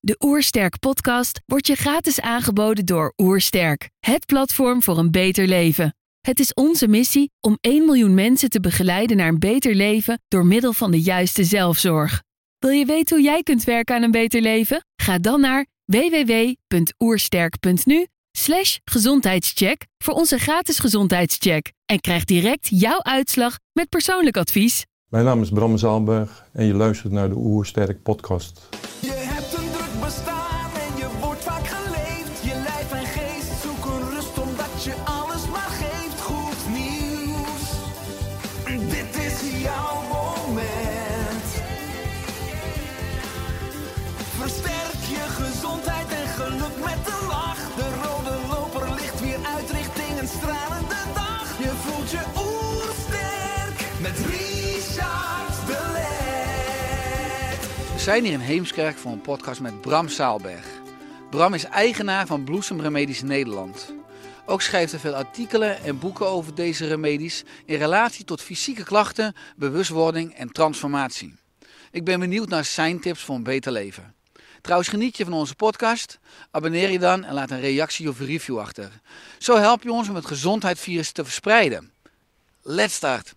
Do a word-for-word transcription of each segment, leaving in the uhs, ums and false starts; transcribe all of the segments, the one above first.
De Oersterk podcast wordt je gratis aangeboden door Oersterk, het platform voor een beter leven. Het is onze missie om één miljoen mensen te begeleiden naar een beter leven door middel van de juiste zelfzorg. Wil je weten hoe jij kunt werken aan een beter leven? Ga dan naar www.oersterk.nu slash gezondheidscheck voor onze gratis gezondheidscheck en krijg direct jouw uitslag met persoonlijk advies. Mijn naam is Bram Zaalberg en je luistert naar de Oersterk podcast. Je hebt een druk bestaan en je wordt vaak geleefd. Je lijf en geest zoeken rust omdat je alles maar geeft. Goed nieuws, dit is jouw moment. Versterk je gezondheid en geluk met de lach. De rode loper ligt weer uit richting een stralende dag. Je voelt je oersterk met Richard de Let. We zijn hier in Heemskerk voor een podcast met Bram Zaalberg. Bram is eigenaar van Bloesemremedies Nederland. Ook schrijft hij veel artikelen en boeken over deze remedies in relatie tot fysieke klachten, bewustwording en transformatie. Ik ben benieuwd naar zijn tips voor een beter leven. Trouwens, geniet je van onze podcast? Abonneer je dan en laat een reactie of een review achter. Zo help je ons om het gezondheidsvirus te verspreiden. Let's start!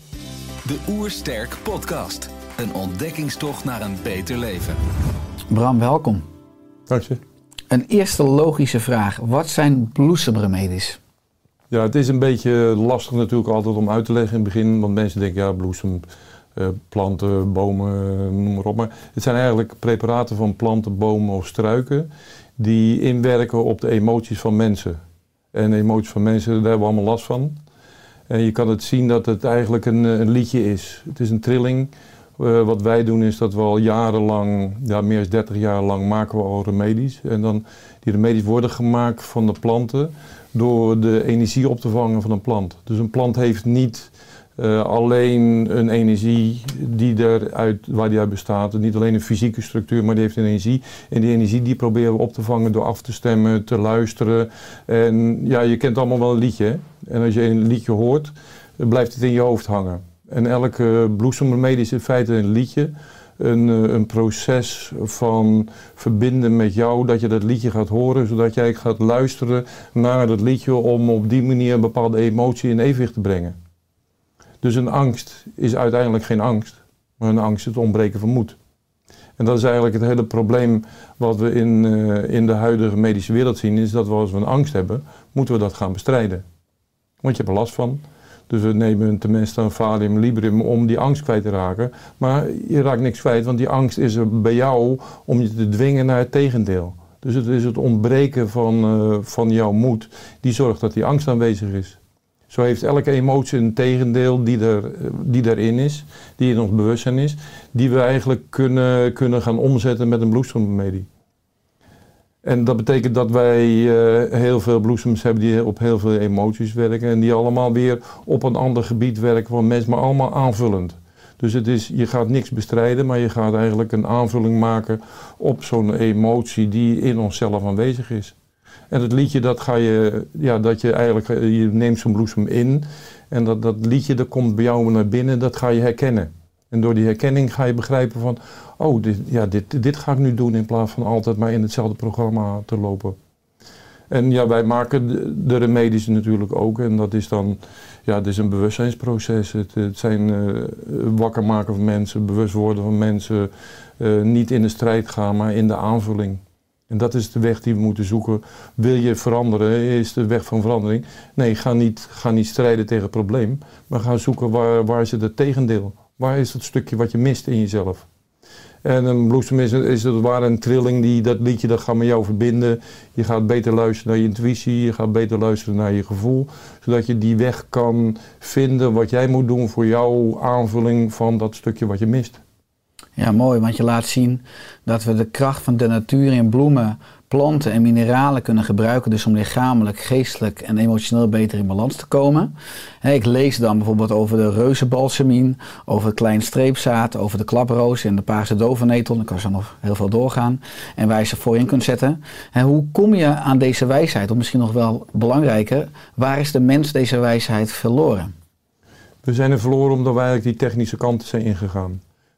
De Oersterk podcast. Een ontdekkingstocht naar een beter leven. Bram, welkom. Dank je. Een eerste logische vraag. Wat zijn bloesemremedies? Ja, het is een beetje lastig natuurlijk altijd om uit te leggen in het begin. Want mensen denken, ja, bloesem, eh, planten, bomen, noem maar op. Maar het zijn eigenlijk preparaten van planten, bomen of struiken die inwerken op de emoties van mensen. En de emoties van mensen, daar hebben we allemaal last van. En je kan het zien dat het eigenlijk een, een liedje is. Het is een trilling. Uh, wat wij doen is dat we al jarenlang, ja, meer dan dertig jaar lang maken we al remedies. En dan, die remedies worden gemaakt van de planten door de energie op te vangen van een plant. Dus een plant heeft niet uh, alleen een energie die eruit, waar die uit bestaat. Niet alleen een fysieke structuur, maar die heeft een energie. En die energie die proberen we op te vangen door af te stemmen, te luisteren. En ja, je kent allemaal wel een liedje. Hè? En als je een liedje hoort, dan blijft het in je hoofd hangen. En elke bloesemremedie is in feite een liedje, een, een proces van verbinden met jou, dat je dat liedje gaat horen, zodat jij gaat luisteren naar dat liedje om op die manier een bepaalde emotie in evenwicht te brengen. Dus een angst is uiteindelijk geen angst, maar een angst is het ontbreken van moed. En dat is eigenlijk het hele probleem wat we in, uh, in de huidige medische wereld zien, is dat we als we een angst hebben, moeten we dat gaan bestrijden. Want je hebt er last van. Dus we nemen tenminste een Valium Librium om die angst kwijt te raken. Maar je raakt niks kwijt, want die angst is er bij jou om je te dwingen naar het tegendeel. Dus het is het ontbreken van, uh, van jouw moed die zorgt dat die angst aanwezig is. Zo heeft elke emotie een tegendeel die, er, die erin is, die in ons bewustzijn is, die we eigenlijk kunnen, kunnen gaan omzetten met een bloesemremedie. En dat betekent dat wij uh, heel veel bloesems hebben die op heel veel emoties werken. En die allemaal weer op een ander gebied werken van mensen, maar allemaal aanvullend. Dus het is, je gaat niks bestrijden, maar je gaat eigenlijk een aanvulling maken op zo'n emotie die in onszelf aanwezig is. En het liedje, dat ga je, ja, dat je eigenlijk, je neemt zo'n bloesem in. En dat, dat liedje, dat komt bij jou naar binnen, dat ga je herkennen. En door die herkenning ga je begrijpen van, oh, dit, ja, dit, dit ga ik nu doen in plaats van altijd maar in hetzelfde programma te lopen. En ja, wij maken de, de remedies natuurlijk ook. En dat is dan, ja, het is een bewustzijnsproces. Het, het zijn uh, wakker maken van mensen, bewust worden van mensen. Uh, niet in de strijd gaan, maar in de aanvulling. En dat is de weg die we moeten zoeken. Wil je veranderen, is de weg van verandering. Nee, ga niet, ga niet strijden tegen het probleem. Maar ga zoeken waar, waar zit het tegendeel. Waar is dat stukje wat je mist in jezelf? En een bloesem is, is het ware een trilling, die, dat liedje dat gaat met jou verbinden. Je gaat beter luisteren naar je intuïtie, je gaat beter luisteren naar je gevoel. Zodat je die weg kan vinden wat jij moet doen voor jouw aanvulling van dat stukje wat je mist. Ja, mooi, want je laat zien dat we de kracht van de natuur in bloemen, planten en mineralen kunnen gebruiken. Dus om lichamelijk, geestelijk en emotioneel beter in balans te komen. Ik lees dan bijvoorbeeld over de reuzenbalsemien, over het klein streepzaad, over de klaproos en de paarse dovennetel. Dan kan zo nog heel veel doorgaan. En waar je ze voor in kunt zetten. En hoe kom je aan deze wijsheid? Of misschien nog wel belangrijker, waar is de mens deze wijsheid verloren? We zijn er verloren omdat wij eigenlijk die technische kant zijn ingegaan.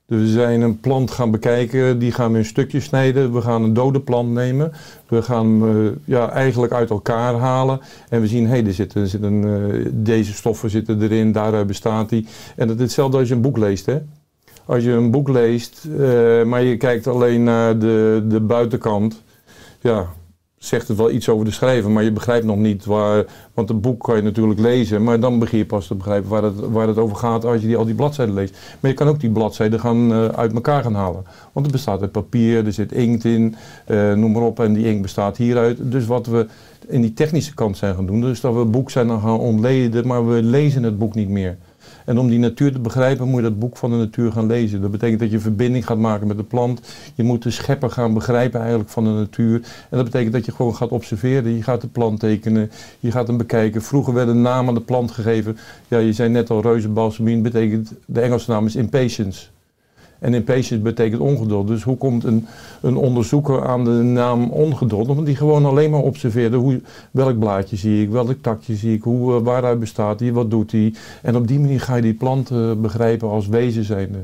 Dus we zijn een plant gaan bekijken, die gaan we in stukjes snijden. We gaan een dode plant nemen. We gaan hem uh, ja, eigenlijk uit elkaar halen. En we zien, hé, hey, er zitten, er zitten, uh, deze stoffen zitten erin, daaruit bestaat die. En dat is hetzelfde als je een boek leest, hè. Als je een boek leest, uh, maar je kijkt alleen naar de, de buitenkant, ja, zegt het wel iets over de schrijver, maar je begrijpt nog niet waar, want een boek kan je natuurlijk lezen, maar dan begin je pas te begrijpen waar het, waar het over gaat als je die, al die bladzijden leest. Maar je kan ook die bladzijden gaan, uh, uit elkaar gaan halen, want het bestaat uit papier, er zit inkt in, uh, noem maar op, en die inkt bestaat hieruit. Dus wat we in die technische kant zijn gaan doen, dus dat we het boek zijn dan gaan ontleden, maar we lezen het boek niet meer. En om die natuur te begrijpen moet je dat boek van de natuur gaan lezen. Dat betekent dat je verbinding gaat maken met de plant. Je moet de schepper gaan begrijpen eigenlijk van de natuur. En dat betekent dat je gewoon gaat observeren. Je gaat de plant tekenen. Je gaat hem bekijken. Vroeger werd een naam aan de plant gegeven. Ja, je zei net al reuzenbalsemien. Betekent, de Engelse naam is impatience. En impatience betekent ongeduld. Dus hoe komt een, een onderzoeker aan de naam ongeduld? Omdat die gewoon alleen maar observeerde. Hoe, welk blaadje zie ik, welk takje zie ik, hoe, waaruit bestaat die, wat doet die. En op die manier ga je die plant uh, begrijpen als wezen zijnde.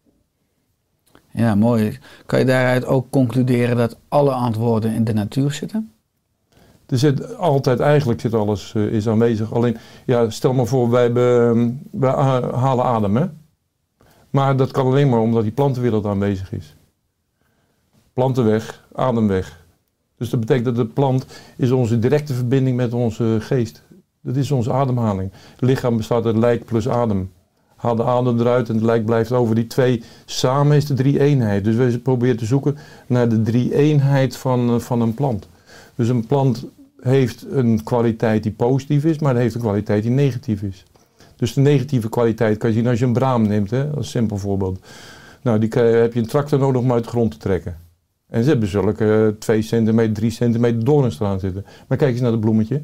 Ja, mooi. Kan je daaruit ook concluderen dat alle antwoorden in de natuur zitten? Er zit altijd, eigenlijk zit alles uh, is aanwezig. Alleen, ja, stel maar voor, wij, be, wij halen adem, hè. Maar dat kan alleen maar omdat die plantenwereld aanwezig is. Planten weg, adem weg. Dus dat betekent dat de plant is onze directe verbinding met onze geest. Dat is onze ademhaling. Het lichaam bestaat uit lijk plus adem. Haal de adem eruit en het lijk blijft over. Die twee samen is de drie-eenheid. Dus we proberen te zoeken naar de drie-eenheid van, van een plant. Dus een plant heeft een kwaliteit die positief is, maar het heeft een kwaliteit die negatief is. Dus de negatieve kwaliteit kan je zien als je een braam neemt, hè, als simpel voorbeeld. Nou, die heb je een tractor nodig om uit de grond te trekken. En ze hebben zulke twee centimeter, drie centimeter dorens eraan zitten. Maar kijk eens naar het bloemetje.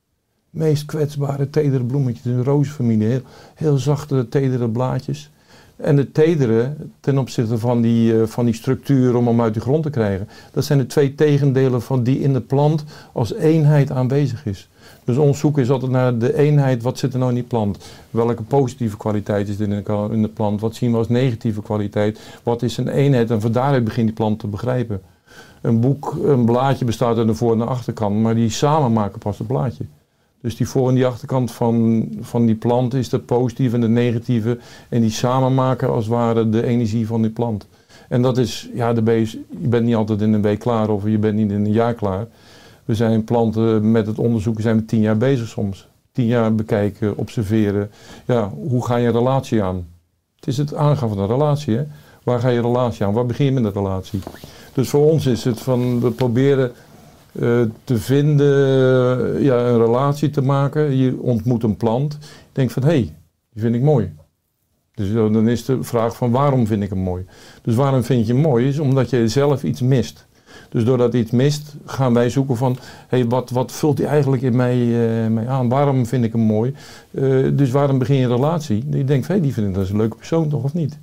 Meest kwetsbare, tedere bloemetje, een rozenfamilie. Heel, heel zachte, tedere blaadjes. En het tedere ten opzichte van die, uh, van die structuur om hem uit de grond te krijgen. Dat zijn de twee tegendelen van die in de plant als eenheid aanwezig is. Dus ons zoeken is altijd naar de eenheid, wat zit er nou in die plant? Welke positieve kwaliteit is er in de, in de plant? Wat zien we als negatieve kwaliteit? Wat is een eenheid? En van daaruit begint die plant te begrijpen. Een boek, een blaadje bestaat uit de voor- en de achterkant, maar die samen maken pas het blaadje. Dus die voor- en die achterkant van, van die plant is de positieve en de negatieve. En die samen maken als het ware de energie van die plant. En dat is, ja, de beest, je bent niet altijd in een week klaar of je bent niet in een jaar klaar. We zijn planten met het onderzoeken zijn we tien jaar bezig soms. Tien jaar bekijken, observeren. Ja, hoe ga je een relatie aan? Het is het aangaan van een relatie, hè? Waar ga je relatie aan? Waar begin je met een relatie? Dus voor ons is het van, we proberen uh, te vinden, uh, ja, een relatie te maken. Je ontmoet een plant. Je denkt van, hé, hey, die vind ik mooi. Dus uh, dan is de vraag van, waarom vind ik hem mooi? Dus waarom vind je hem mooi? Is omdat je zelf iets mist. Dus doordat iets mist, gaan wij zoeken van, hé, hey, wat, wat vult hij eigenlijk in mij, uh, mij aan? Waarom vind ik hem mooi? Uh, dus waarom begin je een relatie? Je denkt, hé, hey, die vind ik dat is een leuke persoon toch, of niet?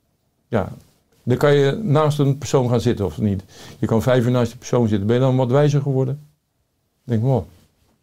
Ja, dan kan je naast een persoon gaan zitten, of niet? Je kan vijf uur naast die persoon zitten. Ben je dan wat wijzer geworden? Dan denk ik, wow,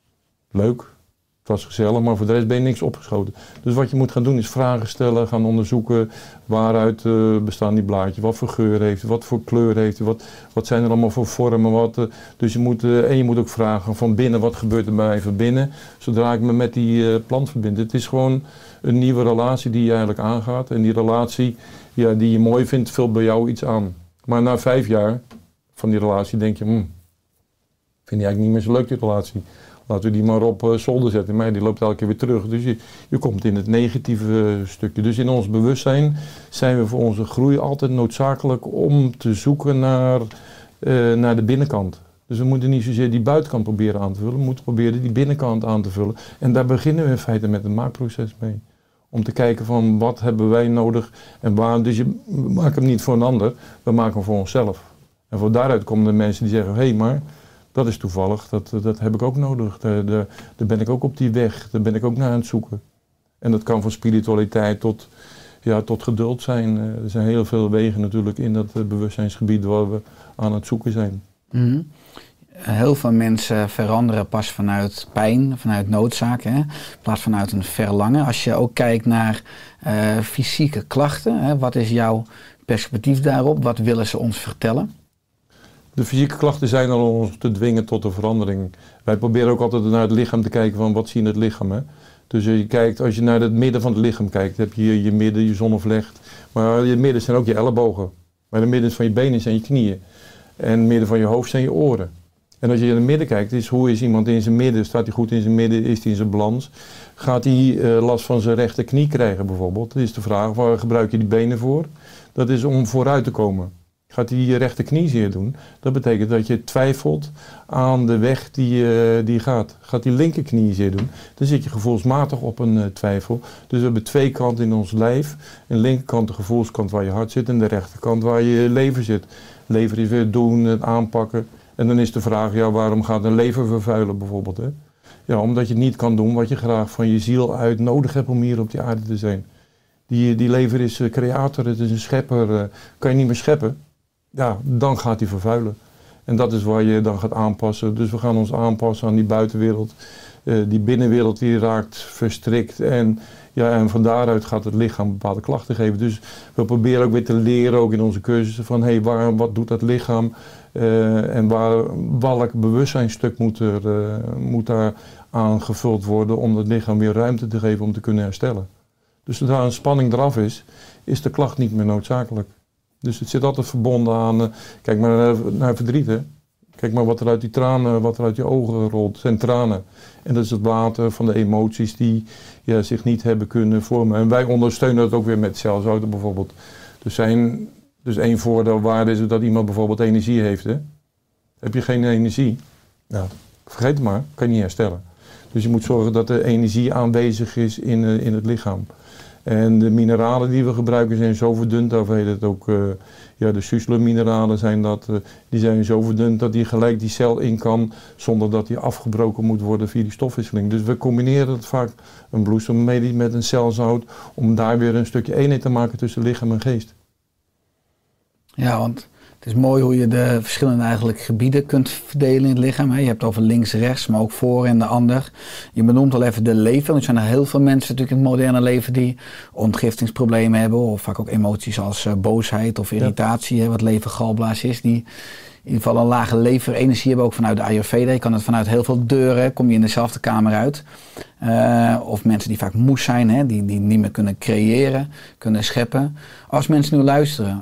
leuk. Het was gezellig, maar voor de rest ben je niks opgeschoten. Dus wat je moet gaan doen is vragen stellen, gaan onderzoeken waaruit uh, bestaan die blaadjes, wat voor geur heeft het, wat voor kleur heeft het, wat, wat zijn er allemaal voor vormen. Wat, uh, dus je moet, uh, en je moet ook vragen van binnen, wat gebeurt er bij mij van binnen, zodra ik me met die uh, plant verbind. Het is gewoon een nieuwe relatie die je eigenlijk aangaat en die relatie ja, die je mooi vindt, vult bij jou iets aan. Maar na vijf jaar van die relatie denk je, hmm, vind je eigenlijk niet meer zo leuk die relatie. Laten we die maar op uh, zolder zetten. Maar die loopt elke keer weer terug. Dus je, je komt in het negatieve uh, stukje. Dus in ons bewustzijn zijn we voor onze groei altijd noodzakelijk om te zoeken naar, uh, naar de binnenkant. Dus we moeten niet zozeer die buitenkant proberen aan te vullen. We moeten proberen die binnenkant aan te vullen. En daar beginnen we in feite met het maakproces mee. Om te kijken van wat hebben wij nodig en waar. Dus je maakt hem niet voor een ander. We maken hem voor onszelf. En voor daaruit komen de mensen die zeggen, hé, hey, maar dat is toevallig, dat, dat heb ik ook nodig. Daar, daar, daar ben ik ook op die weg, daar ben ik ook naar aan het zoeken. En dat kan van spiritualiteit tot, ja, tot geduld zijn. Er zijn heel veel wegen natuurlijk in dat bewustzijnsgebied waar we aan het zoeken zijn. Mm-hmm. Heel veel mensen veranderen pas vanuit pijn, vanuit noodzaak, hè? In plaats vanuit een verlangen. Als je ook kijkt naar uh, fysieke klachten, hè? Wat is jouw perspectief daarop? Wat willen ze ons vertellen? De fysieke klachten zijn al om ons te dwingen tot een verandering. Wij proberen ook altijd naar het lichaam te kijken van wat zie je in het lichaam. Hè? Dus je kijkt, als je naar het midden van het lichaam kijkt, heb je je, je midden, je zonnevlecht. Maar je midden zijn ook je ellebogen. Maar het midden van je benen zijn je knieën. En het midden van je hoofd zijn je oren. En als je in het midden kijkt, is hoe is iemand in zijn midden? Staat hij goed in zijn midden? Is hij in zijn balans? Gaat hij uh, last van zijn rechterknie krijgen bijvoorbeeld? Dat is de vraag, waar gebruik je die benen voor? Dat is om vooruit te komen. Gaat hij je rechterknie zeer doen? Dat betekent dat je twijfelt aan de weg die, uh, die gaat. Gaat die linkerknie zeer doen? Dan zit je gevoelsmatig op een uh, twijfel. Dus we hebben twee kanten in ons lijf. Een linkerkant de gevoelskant waar je hart zit en de rechterkant waar je lever zit. Lever is weer doen, het aanpakken. En dan is de vraag, ja, waarom gaat een lever vervuilen bijvoorbeeld? Hè? Ja, omdat je niet kan doen wat je graag van je ziel uit nodig hebt om hier op die aarde te zijn. Die, die lever is uh, creator, het is een schepper. Uh, kan je niet meer scheppen? Ja, dan gaat hij vervuilen. En dat is waar je dan gaat aanpassen. Dus we gaan ons aanpassen aan die buitenwereld. Uh, die binnenwereld die raakt verstrikt. En, ja, en van daaruit gaat het lichaam bepaalde klachten geven. Dus we proberen ook weer te leren, ook in onze cursussen, van hé, hey, wat doet dat lichaam? Uh, en waar, welk bewustzijnstuk moet, er, uh, moet daar aangevuld worden om het lichaam weer ruimte te geven om te kunnen herstellen. Dus zodra een spanning eraf is, is de klacht niet meer noodzakelijk. Dus het zit altijd verbonden aan, uh, kijk maar naar, naar verdriet, hè. Kijk maar wat er uit die tranen, wat er uit je ogen rolt, zijn tranen. En dat is het water van de emoties die ja, zich niet hebben kunnen vormen. En wij ondersteunen dat ook weer met celzouten bijvoorbeeld. Dus, zijn, dus één voordeel waar is dat iemand bijvoorbeeld energie heeft. Hè. Heb je geen energie, nou, vergeet het maar, kan je niet herstellen. Dus je moet zorgen dat er energie aanwezig is in, uh, in het lichaam. En de mineralen die we gebruiken zijn zo verdund, daarvoor heet het ook, uh, ja, de Schussler-mineralen zijn dat, uh, die zijn zo verdund dat die gelijk die cel in kan, zonder dat die afgebroken moet worden via die stofwisseling. Dus we combineren het vaak, een bloesemmedie met een celzout, om daar weer een stukje eenheid te maken tussen lichaam en geest. Ja, want het is mooi hoe je de verschillende eigenlijk gebieden kunt verdelen in het lichaam. Je hebt het over links, rechts, maar ook voor en de ander. Je benoemt al even de lever. Er zijn er heel veel mensen natuurlijk in het moderne leven die ontgiftingsproblemen hebben. Of vaak ook emoties als uh, boosheid of irritatie. Ja. Hè, wat levergalblaas is. Die in ieder geval een lage leverenergie hebben. Ook vanuit de Ayurveda. Je kan het vanuit heel veel deuren. Kom je in dezelfde kamer uit. Uh, of mensen die vaak moe zijn. Hè, die, die niet meer kunnen creëren. Kunnen scheppen. Als mensen nu luisteren.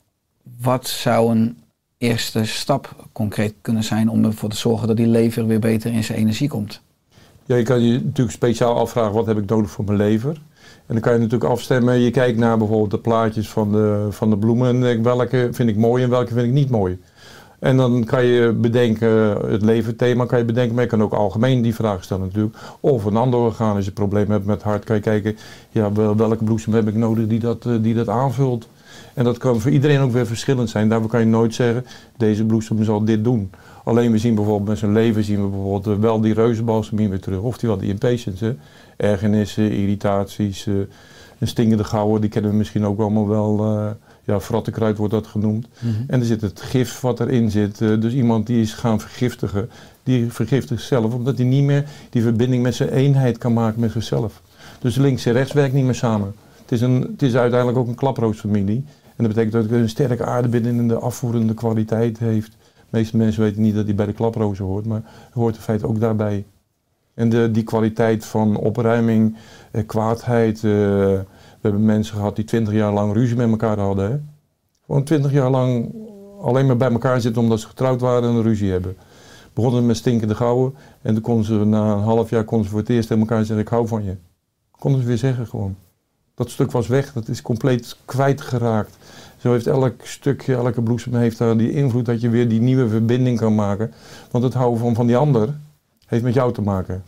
Wat zou een eerste stap concreet kunnen zijn om ervoor te zorgen dat die lever weer beter in zijn energie komt? Ja, je kan je natuurlijk speciaal afvragen, wat heb ik nodig voor mijn lever? En dan kan je natuurlijk afstemmen, je kijkt naar bijvoorbeeld de plaatjes van de, van de bloemen en denk, welke vind ik mooi en welke vind ik niet mooi. En dan kan je bedenken, het leverthema kan je bedenken, maar je kan ook algemeen die vraag stellen natuurlijk. Of een ander orgaan, als je een probleem hebt met het hart, kan je kijken, ja, welke bloesem heb ik nodig die dat, die dat aanvult. En dat kan voor iedereen ook weer verschillend zijn. Daarvoor kan je nooit zeggen, deze bloesem zal dit doen. Alleen we zien bijvoorbeeld met zijn lever zien we bijvoorbeeld wel die reuzenbalsemien weer terug. Oftewel die impatience, ergernissen, irritaties, uh, een stinkende gauwen, die kennen we misschien ook allemaal wel. Uh, ja, frattenkruid wordt dat genoemd. Mm-hmm. En er zit het gif wat erin zit. Uh, dus iemand die is gaan vergiftigen, die vergiftigt zichzelf, omdat hij niet meer die verbinding met zijn eenheid kan maken met zichzelf. Dus links en rechts werkt niet meer samen. Het is, een, het is uiteindelijk ook een klaproosfamilie. En dat betekent dat het een sterke aardebindende, afvoerende kwaliteit heeft. De meeste mensen weten niet dat hij bij de klaprozen hoort, maar hoort in feite ook daarbij. En de, die kwaliteit van opruiming, eh, kwaadheid. Uh, we hebben mensen gehad die twintig jaar lang ruzie met elkaar hadden. Hè? Gewoon twintig jaar lang alleen maar bij elkaar zitten omdat ze getrouwd waren en een ruzie hebben. Begonnen met stinkende gauwen en toen konden ze na een half jaar konden ze voor het eerst tegen elkaar zeggen, ik hou van je. Konden ze weer zeggen gewoon. Dat stuk was weg, dat is compleet kwijtgeraakt. Zo heeft elk stukje, elke bloesem heeft daar die invloed dat je weer die nieuwe verbinding kan maken. Want het houden van, van die ander heeft met jou te maken.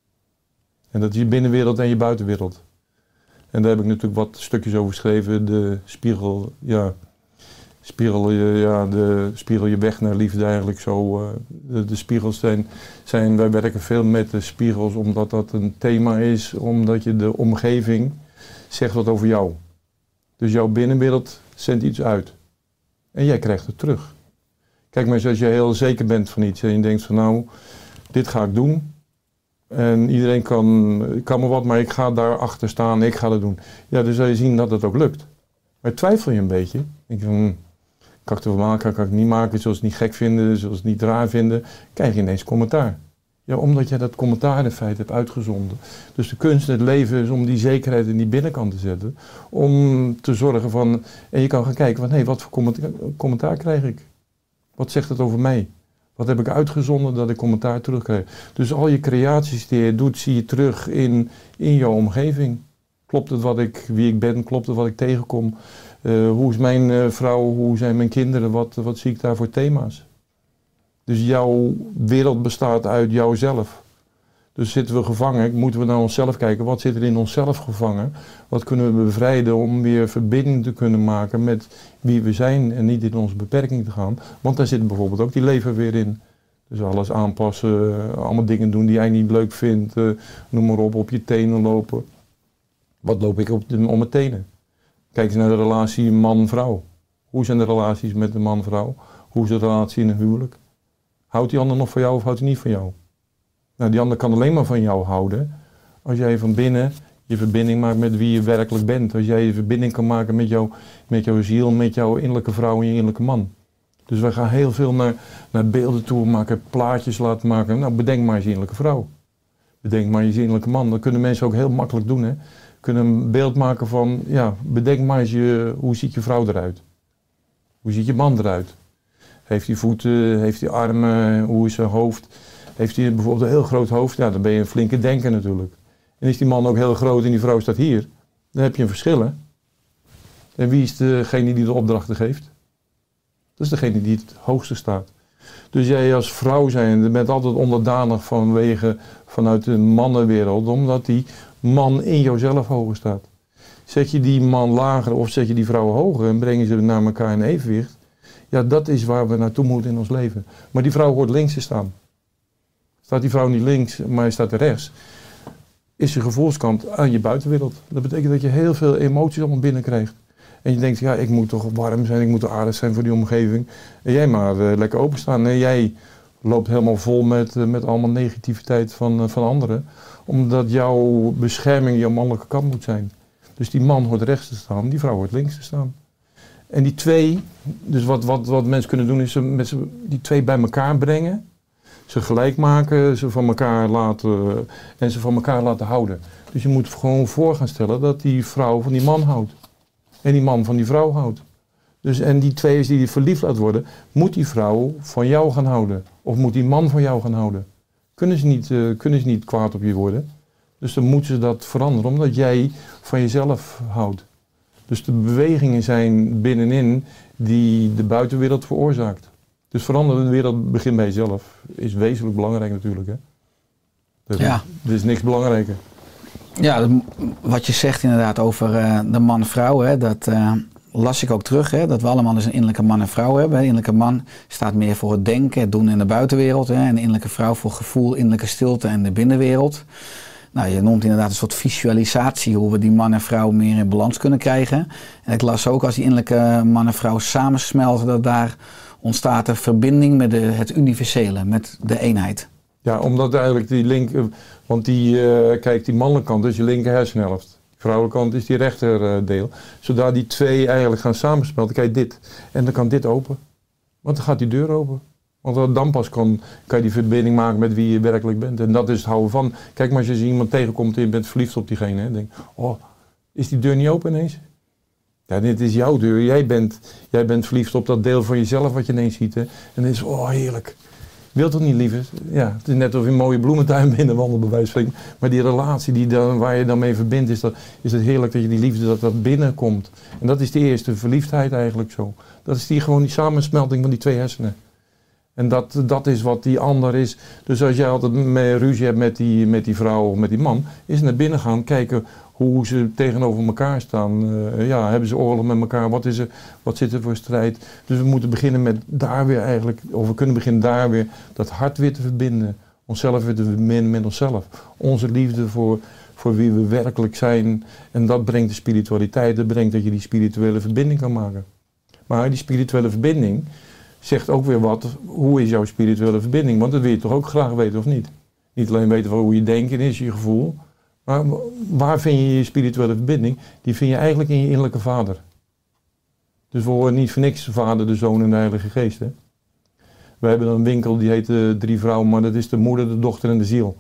En dat is je binnenwereld en je buitenwereld. En daar heb ik natuurlijk wat stukjes over geschreven. De spiegel, ja, spiegel je, ja, de, spiegel je weg naar liefde eigenlijk zo. Uh, de, de spiegels zijn, zijn, wij werken veel met de spiegels omdat dat een thema is. Omdat je de omgeving zegt wat over jou. Dus jouw binnenwereld zendt iets uit. En jij krijgt het terug. Kijk maar eens als je heel zeker bent van iets en je denkt van nou, dit ga ik doen. En iedereen kan, kan me wat, maar ik ga daarachter staan, ik ga dat doen. Ja, dan zul je zien dat het ook lukt. Maar twijfel je een beetje. Denk je van, hm, kan ik het wel maken, kan ik het niet maken, zoals het niet gek vinden, zoals het niet raar vinden. Krijg je ineens commentaar. Ja, omdat jij dat commentaar in feite hebt uitgezonden. Dus de kunst in het leven is om die zekerheid in die binnenkant te zetten. Om te zorgen van, en je kan gaan kijken van, hé, hey, wat voor commentaar, commentaar krijg ik? Wat zegt het over mij? Wat heb ik uitgezonden dat ik commentaar terugkrijg? Dus al je creaties die je doet, zie je terug in, in jouw omgeving. Klopt het wat ik, wie ik ben? Klopt het wat ik tegenkom? Uh, hoe is mijn uh, vrouw? Hoe zijn mijn kinderen? Wat, wat zie ik daar voor thema's? Dus jouw wereld bestaat uit jouzelf. Dus zitten we gevangen, moeten we naar onszelf kijken. Wat zit er in onszelf gevangen? Wat kunnen we bevrijden om weer verbinding te kunnen maken met wie we zijn en niet in onze beperking te gaan? Want daar zit bijvoorbeeld ook die leven weer in. Dus alles aanpassen, allemaal dingen doen die jij niet leuk vindt. Uh, noem maar op, op je tenen lopen. Wat loop ik op de, om mijn tenen? Kijk eens naar de relatie man-vrouw. Hoe zijn de relaties met de man-vrouw? Hoe is de relatie in een huwelijk? Houdt die ander nog van jou of houdt hij niet van jou? Nou, die ander kan alleen maar van jou houden als jij van binnen je verbinding maakt met wie je werkelijk bent. Als jij je verbinding kan maken met, jou, met jouw ziel, met jouw innerlijke vrouw en je innerlijke man. Dus wij gaan heel veel naar, naar beelden toe maken, plaatjes laten maken. Nou, bedenk maar je innerlijke vrouw. Bedenk maar je innerlijke man. Dat kunnen mensen ook heel makkelijk doen, hè. Kunnen een beeld maken van, ja, bedenk maar eens je, hoe ziet je vrouw eruit? Hoe ziet je man eruit? Heeft hij voeten, heeft hij armen, hoe is zijn hoofd? Heeft hij bijvoorbeeld een heel groot hoofd? Ja, dan ben je een flinke denker natuurlijk. En is die man ook heel groot en die vrouw staat hier, dan heb je een verschil, hè? En wie is degene die de opdrachten geeft? Dat is degene die het hoogste staat. Dus jij als vrouw zijnde bent altijd onderdanig vanwege, vanuit de mannenwereld, omdat die man in jouzelf hoger staat. Zet je die man lager of zet je die vrouw hoger en breng je ze naar elkaar in evenwicht, ja, dat is waar we naartoe moeten in ons leven. Maar die vrouw hoort links te staan. Staat die vrouw niet links, maar hij staat er rechts, is je gevoelskant aan je buitenwereld. Dat betekent dat je heel veel emoties allemaal binnenkrijgt. En je denkt, ja, ik moet toch warm zijn, ik moet aardig zijn voor die omgeving. En jij maar uh, lekker openstaan. En jij loopt helemaal vol met, uh, met allemaal negativiteit van, uh, van anderen. Omdat jouw bescherming jouw mannelijke kant moet zijn. Dus die man hoort rechts te staan, die vrouw hoort links te staan. En die twee, dus wat, wat, wat mensen kunnen doen is ze met ze, die twee bij elkaar brengen. Ze gelijk maken, ze van elkaar laten en ze van elkaar laten houden. Dus je moet gewoon voor gaan stellen dat die vrouw van die man houdt. En die man van die vrouw houdt. Dus, en die twee die verliefd laat worden, moet die vrouw van jou gaan houden. Of moet die man van jou gaan houden. Kunnen ze niet, uh, kunnen ze niet kwaad op je worden. Dus dan moeten ze dat veranderen, omdat jij van jezelf houdt. Dus de bewegingen zijn binnenin die de buitenwereld veroorzaakt. Dus veranderen de wereld begint bij jezelf. Is wezenlijk belangrijk natuurlijk. Hè? Dus ja. Er is niks belangrijker. Ja, wat je zegt inderdaad over uh, de man-vrouw, hè, dat uh, las ik ook terug. Hè, dat we allemaal dus een innerlijke man en vrouw hebben. De innerlijke man staat meer voor het denken, het doen in de buitenwereld. Hè, en de innerlijke vrouw voor gevoel, innerlijke stilte en de binnenwereld. Nou, je noemt inderdaad een soort visualisatie hoe we die man en vrouw meer in balans kunnen krijgen. En ik las ook als die innerlijke man en vrouw samensmelten, dat daar ontstaat een verbinding met de, het universele, met de eenheid. Ja, omdat eigenlijk die link, want die, uh, kijk, die mannelijke kant is je linker hersenhelft. De vrouwelijke kant is die rechterdeel. Uh, Zodra die twee eigenlijk gaan samensmelten, kijk dit. En dan kan dit open. Want dan gaat die deur open. Want dan pas kan, kan je die verbinding maken met wie je werkelijk bent. En dat is het houden van. Kijk maar als je iemand tegenkomt en je bent verliefd op diegene. En denk, oh, is die deur niet open ineens? Ja, dit is jouw deur. Jij bent, jij bent verliefd op dat deel van jezelf wat je ineens ziet. Hè? En dan is oh heerlijk. Wilt dat niet, lieve? Ja, het is net of je een mooie bloementuin binnenwandelt, bij wijze van spreken. Maar die relatie die dan, waar je dan mee verbindt, is, dat, is het heerlijk dat je die liefde, dat dat binnenkomt. En dat is de eerste verliefdheid eigenlijk zo. Dat is die, gewoon die samensmelting van die twee hersenen. En dat, dat is wat die ander is. Dus als jij altijd mee ruzie hebt met die, met die vrouw of met die man, is naar binnen gaan kijken hoe ze tegenover elkaar staan. Uh, ja, hebben ze oorlog met elkaar? Wat, is er, wat zit er voor strijd? Dus we moeten beginnen met daar weer eigenlijk, of we kunnen beginnen daar weer dat hart weer te verbinden. Onszelf weer te verbinden met onszelf. Onze liefde voor, voor wie we werkelijk zijn. En dat brengt de spiritualiteit. Dat brengt dat je die spirituele verbinding kan maken. Maar die spirituele verbinding zegt ook weer wat, hoe is jouw spirituele verbinding? Want dat wil je toch ook graag weten of niet? Niet alleen weten van hoe je denken is, je gevoel. Maar waar vind je je spirituele verbinding? Die vind je eigenlijk in je innerlijke vader. Dus we horen niet voor niks Vader, de Zoon en de Heilige Geest. Hè? We hebben een winkel die heet uh, Drie Vrouwen, maar dat is de moeder, de dochter en de ziel.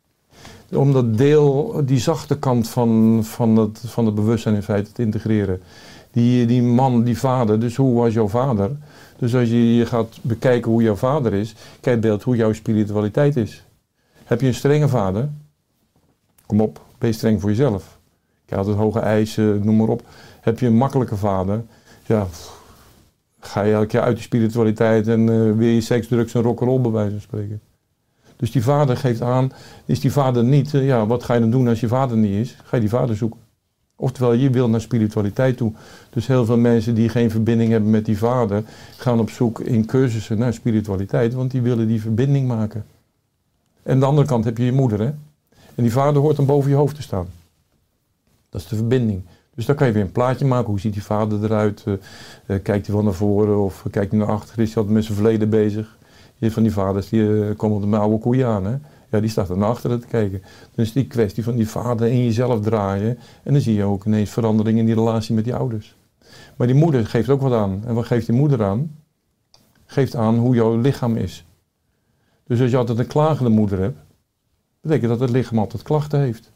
Om dat deel, die zachte kant van, van, het, van het bewustzijn in feite te integreren. Die, die man, die vader, dus hoe was jouw vader? Dus als je, je gaat bekijken hoe jouw vader is, kijk het beeld hoe jouw spiritualiteit is. Heb je een strenge vader? Kom op, wees streng voor jezelf. Je had het hoge eisen, noem maar op. Heb je een makkelijke vader? Ja, ga je elke keer uit de spiritualiteit en uh, weer je seks, drugs en rock'n'roll bij wijze van spreken. Dus die vader geeft aan, is die vader niet, uh, ja, wat ga je dan doen als je vader niet is? Ga je die vader zoeken. Oftewel, je wil naar spiritualiteit toe. Dus heel veel mensen die geen verbinding hebben met die vader, gaan op zoek in cursussen naar spiritualiteit, want die willen die verbinding maken. En aan de andere kant heb je je moeder, hè. En die vader hoort dan boven je hoofd te staan. Dat is de verbinding. Dus dan kan je weer een plaatje maken. Hoe ziet die vader eruit? Uh, uh, kijkt hij wel naar voren of kijkt hij naar achteren? Is hij altijd met zijn verleden bezig? Je van die vaders die uh, komen met oude koeien aan. Hè? Ja, die staat er naar achteren te kijken. Dan is die kwestie van die vader in jezelf draaien. En dan zie je ook ineens verandering in die relatie met die ouders. Maar die moeder geeft ook wat aan. En wat geeft die moeder aan? Geeft aan hoe jouw lichaam is. Dus als je altijd een klagende moeder hebt, betekent dat het lichaam altijd klachten heeft.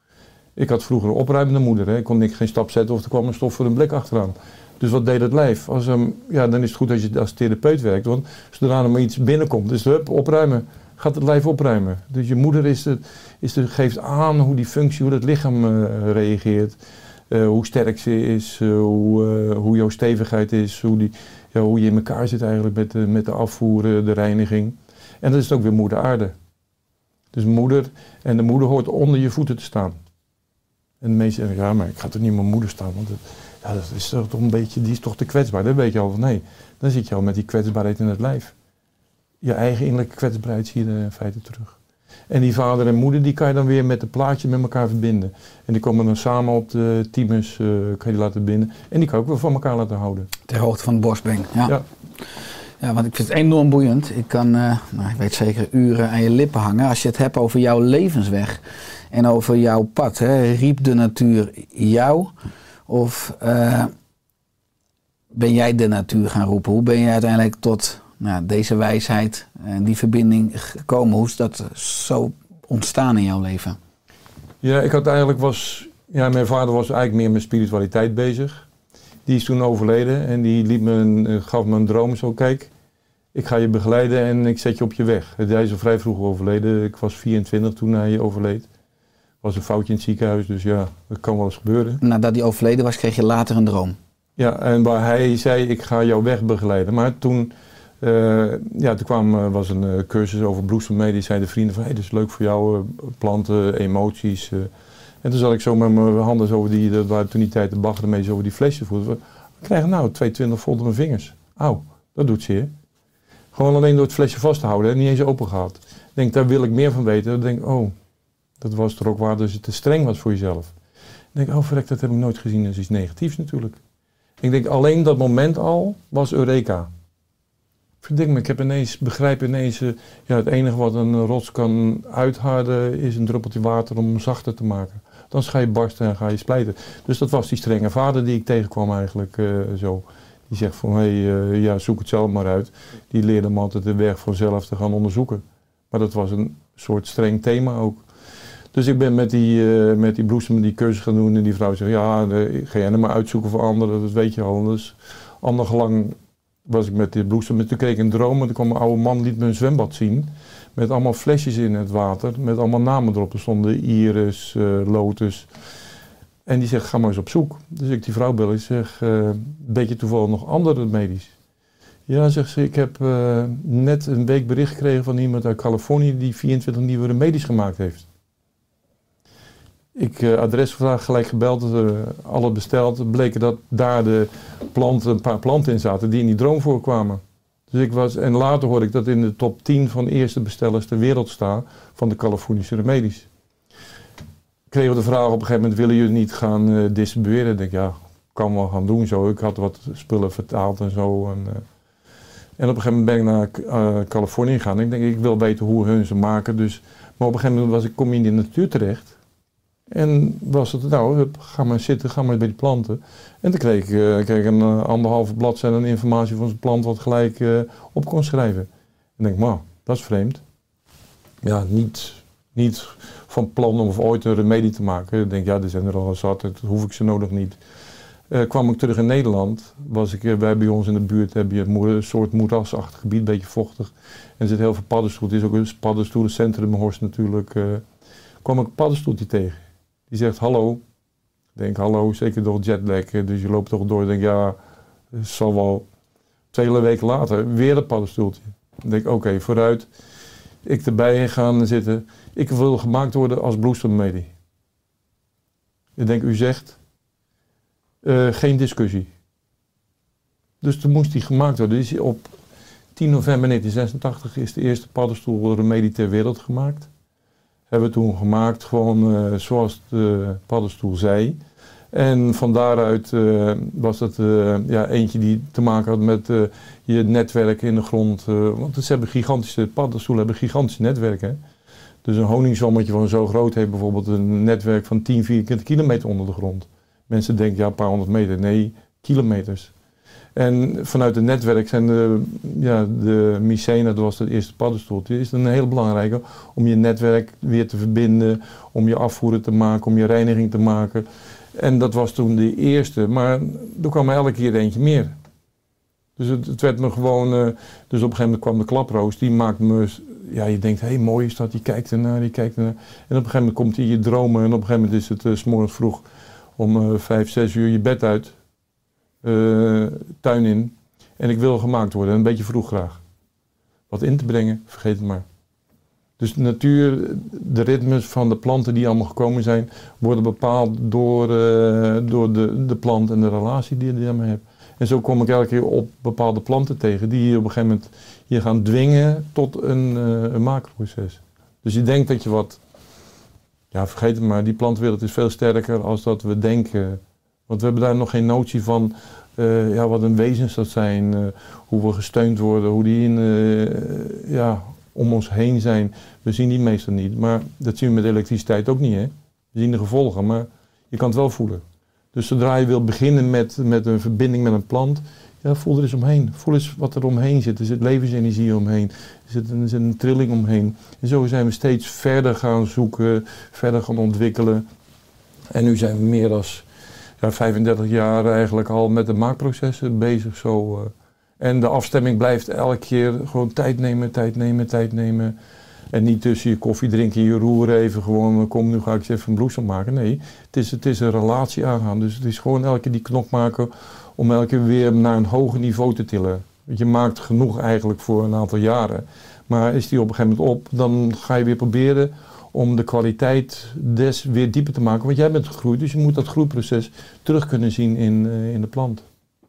Ik had vroeger een opruimende moeder. Hè. Ik kon niks, geen stap zetten of er kwam een stof voor een blik achteraan. Dus wat deed het lijf? Als, um, ja, dan is het goed als je als therapeut werkt. Want zodra er maar iets binnenkomt, dus hup, opruimen, gaat het lijf opruimen. Dus je moeder is de, is de, geeft aan hoe die functie, hoe het lichaam uh, reageert. Uh, hoe sterk ze is, uh, hoe, uh, hoe jouw stevigheid is, hoe, die, ja, hoe je in elkaar zit eigenlijk met de, met de afvoer, de reiniging. En dat is ook weer moeder aarde. Dus moeder, en de moeder hoort onder je voeten te staan. En de meesten zeggen, ja, maar ik ga toch niet met mijn moeder staan, want het, ja, dat is toch een beetje, die is toch te kwetsbaar. Dan weet je al van, nee, dan zit je al met die kwetsbaarheid in het lijf. Je eigen innerlijke kwetsbaarheid zie je er in feite terug. En die vader en moeder, die kan je dan weer met het plaatje met elkaar verbinden. En die komen dan samen op de thymus, uh, kan je laten verbinden. En die kan je ook weer van elkaar laten houden. Ter hoogte van de borstbeen, ja. Ja. Ja, want ik vind het enorm boeiend. Ik kan, uh, nou, ik weet zeker, uren aan je lippen hangen. Als je het hebt over jouw levensweg en over jouw pad. Hè. Riep de natuur jou? Of uh, ben jij de natuur gaan roepen? Hoe ben je uiteindelijk tot nou, deze wijsheid en die verbinding gekomen? Hoe is dat zo ontstaan in jouw leven? Ja, ik had eigenlijk was... Ja, mijn vader was eigenlijk meer met spiritualiteit bezig. Die is toen overleden en die liet me een, gaf me een droom. Zo, kijk, ik ga je begeleiden en ik zet je op je weg. Hij is al vrij vroeg overleden. Ik was vierentwintig toen hij overleed. Was een foutje in het ziekenhuis, dus ja, dat kan wel eens gebeuren. Nadat hij overleden was, kreeg je later een droom. Ja, en waar hij zei, ik ga jou weg begeleiden. Maar toen, uh, ja, toen kwam, uh, was een uh, cursus over bloesem. Die zeiden vrienden van, hé, hey, dat is leuk voor jou, uh, planten, emoties. Uh. En toen zat ik zo met mijn handen zo over die, dat waren toen die tijd de bagger mee zo over die flesjes voelde. Ik kreeg nou twee twintig volt op mijn vingers. Auw, dat doet zeer. Gewoon alleen door het flesje vast te houden en niet eens open gehad. Ik denk, daar wil ik meer van weten. Dan denk ik, oh, dat was toch ook waar, dus het te streng was voor jezelf. Ik denk, oh verrek, dat heb ik nooit gezien als iets negatiefs natuurlijk. Ik denk, alleen dat moment al was Eureka. Verdik me, ik heb ineens, begrijp ineens, uh, ja, het enige wat een rots kan uitharden is een druppeltje water om hem zachter te maken. Dan ga je barsten en ga je splijten. Dus dat was die strenge vader die ik tegenkwam eigenlijk uh, zo. Die zegt van, hé, hey, uh, ja, zoek het zelf maar uit. Die leerde hem altijd de weg vanzelf te gaan onderzoeken. Maar dat was een soort streng thema ook. Dus ik ben met die, uh, met die bloesem die cursus gaan doen en die vrouw zegt, ja, uh, ga jij nou maar uitzoeken voor anderen, dat weet je al. Dus ander gelang was ik met die bloesem, toen kreeg ik een droom en toen kwam een oude man, liet me een zwembad zien. Met allemaal flesjes in het water, met allemaal namen erop. Er stonden Iris, uh, Lotus. En die zegt, ga maar eens op zoek. Dus ik die vrouw bel, ik zeg, uh, weet je toevallig nog andere medisch? Ja, zegt ze, ik heb uh, net een week bericht gekregen van iemand uit Californië die vierentwintig nieuwe remedies gemaakt heeft. Ik uh, adresvraag gelijk gebeld, uh, alle besteld. Bleken dat daar de planten, een paar planten in zaten die in die droom voorkwamen. Dus ik was, en later hoorde ik dat in de top tien van eerste bestellers ter wereld staan van de Californische remedies. Kregen we de vraag op een gegeven moment, willen jullie niet gaan uh, distribueren? Ik denk, ja, kan wel gaan doen zo. Ik had wat spullen vertaald en zo. En, uh, en op een gegeven moment ben ik naar uh, Californië gegaan. Ik denk, ik wil weten hoe hun ze maken. Dus, maar op een gegeven moment was ik, kom je in de natuur terecht. En was het, nou, hup, ga maar zitten, ga maar bij die planten. En toen kreeg ik, uh, kreeg ik een uh, anderhalve bladzijde aan informatie van zijn plant wat gelijk uh, op kon schrijven. En denk ik, nou, dat is vreemd. Ja, niet, niet van plan om of ooit een remedie te maken. Ik denk, ja, er zijn er al zat, dat hoef ik ze nodig niet. Uh, kwam ik terug in Nederland, was ik, uh, wij bij ons in de buurt heb je een soort moerasachtig gebied, een beetje vochtig. En er zit heel veel paddenstoel, het is ook een paddenstoelencentrum in Horst natuurlijk. Uh, kwam ik een paddenstoeltje tegen. Die zegt hallo. Ik denk hallo, zeker door jetlag, dus je loopt toch door. Ik denk ja, het zal wel. Twee weken later weer een paddenstoeltje. Ik denk oké, okay, vooruit. Ik erbij gaan zitten. Ik wil gemaakt worden als bloesemremedie. Ik denk u zegt uh, geen discussie. Dus toen moest die gemaakt worden. Dus op tien november negentien zesentachtig is de eerste paddenstoelremedie ter wereld gemaakt. Hebben we toen gemaakt, gewoon uh, zoals de paddenstoel zei. En van daaruit uh, was het uh, ja, eentje die te maken had met uh, je netwerk in de grond. Uh, want ze hebben gigantische, paddenstoelen hebben gigantische netwerken. Dus een honingzwammetje van zo groot heeft bijvoorbeeld een netwerk van tien vierkante kilometer onder de grond. Mensen denken ja, een paar honderd meter. Nee, kilometers. En vanuit het netwerk zijn de, ja, de Mycena, dat was het eerste paddenstoeltje, is het een hele belangrijke om je netwerk weer te verbinden, om je afvoeren te maken, om je reiniging te maken. En dat was toen de eerste, maar er kwam er elke keer eentje meer. Dus het, het werd me gewoon, uh, dus op een gegeven moment kwam de klaproos, die maakt me, ja je denkt, hé hey, mooi is dat, die kijkt ernaar, die kijkt ernaar. En op een gegeven moment komt hij in je dromen en op een gegeven moment is het uh, 's morgens vroeg om uh, vijf, zes uur je bed uit. Uh, tuin in en ik wil gemaakt worden, een beetje vroeg graag. Wat in te brengen, vergeet het maar. Dus de natuur, de ritmes van de planten die allemaal gekomen zijn, worden bepaald door, uh, door de, de plant en de relatie die je daarmee hebt. En zo kom ik elke keer op bepaalde planten tegen die je op een gegeven moment je gaan dwingen tot een, uh, een maakproces. Dus je denkt dat je wat, ja vergeet het maar, die plantwereld is veel sterker als dat we denken. Want we hebben daar nog geen notie van uh, ja, wat een wezens dat zijn, uh, hoe we gesteund worden, hoe die in, uh, ja, om ons heen zijn. We zien die meestal niet, maar dat zien we met elektriciteit ook niet. Hè? We zien de gevolgen, maar je kan het wel voelen. Dus zodra je wil beginnen met, met een verbinding met een plant, ja, voel er eens omheen. Voel eens wat er omheen zit. Er zit levensenergie omheen, er zit een, er zit een trilling omheen. En zo zijn we steeds verder gaan zoeken, verder gaan ontwikkelen. En nu zijn we meer dan ja, vijfendertig jaar eigenlijk al met de maakprocessen bezig. Zo, uh, en de afstemming blijft elke keer gewoon tijd nemen, tijd nemen, tijd nemen. En niet tussen je koffie drinken, je roeren even gewoon, kom nu ga ik eens even een bloesem maken. Nee, het is, het is een relatie aangaan. Dus het is gewoon elke keer die knop maken om elke keer weer naar een hoger niveau te tillen. Je maakt genoeg eigenlijk voor een aantal jaren. Maar is die op een gegeven moment op, dan ga je weer proberen om de kwaliteit des weer dieper te maken. Want jij bent gegroeid, dus je moet dat groeiproces terug kunnen zien in, uh, in de plant.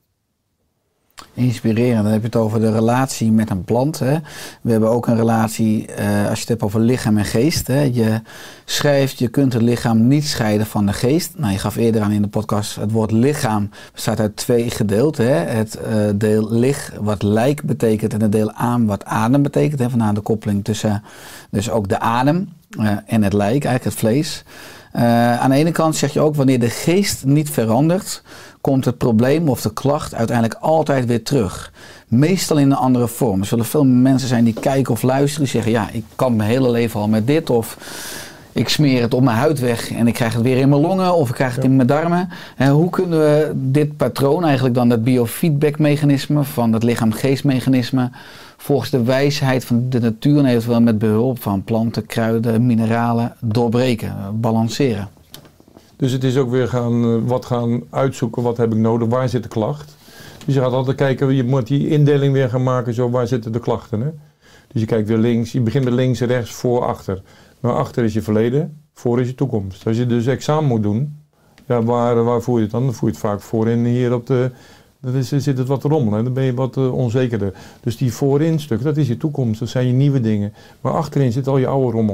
Inspirerend, dan heb je het over de relatie met een plant. Hè. We hebben ook een relatie, uh, als je het hebt over lichaam en geest. Hè. Je schrijft, je kunt het lichaam niet scheiden van de geest. Nou, je gaf eerder aan in de podcast, het woord lichaam bestaat uit twee gedeelten. Hè. Het uh, deel lig, wat lijk betekent, en het deel aan, wat adem betekent. Hè. Vandaar de koppeling tussen uh, dus ook de adem uh, en het lijk, eigenlijk het vlees. Uh, aan de ene kant zeg je ook, wanneer de geest niet verandert, komt het probleem of de klacht uiteindelijk altijd weer terug. Meestal in een andere vorm. Er zullen veel mensen zijn die kijken of luisteren, die zeggen, ja, ik kan mijn hele leven al met dit, of ik smeer het op mijn huid weg en ik krijg het weer in mijn longen, of ik krijg het ja. in mijn darmen. En hoe kunnen we dit patroon, eigenlijk dan dat biofeedback-mechanisme van het lichaam-geest-mechanisme, volgens de wijsheid van de natuur en eventueel met behulp van planten, kruiden, mineralen, doorbreken, balanceren? Dus het is ook weer gaan, wat gaan uitzoeken, wat heb ik nodig, waar zit de klacht. Dus je gaat altijd kijken, je moet die indeling weer gaan maken, zo waar zitten de klachten. Hè? Dus je kijkt weer links, je begint met links, rechts, voor, achter. Maar achter is je verleden, voor is je toekomst. Als je dus examen moet doen, ja, waar, waar voer je het dan? Dan voer je het vaak voorin hier op de, dan is, zit het wat te rommelen, dan ben je wat uh, onzekerder. Dus die voorin stuk, dat is je toekomst, dat zijn je nieuwe dingen. Maar achterin zit al je oude rommel.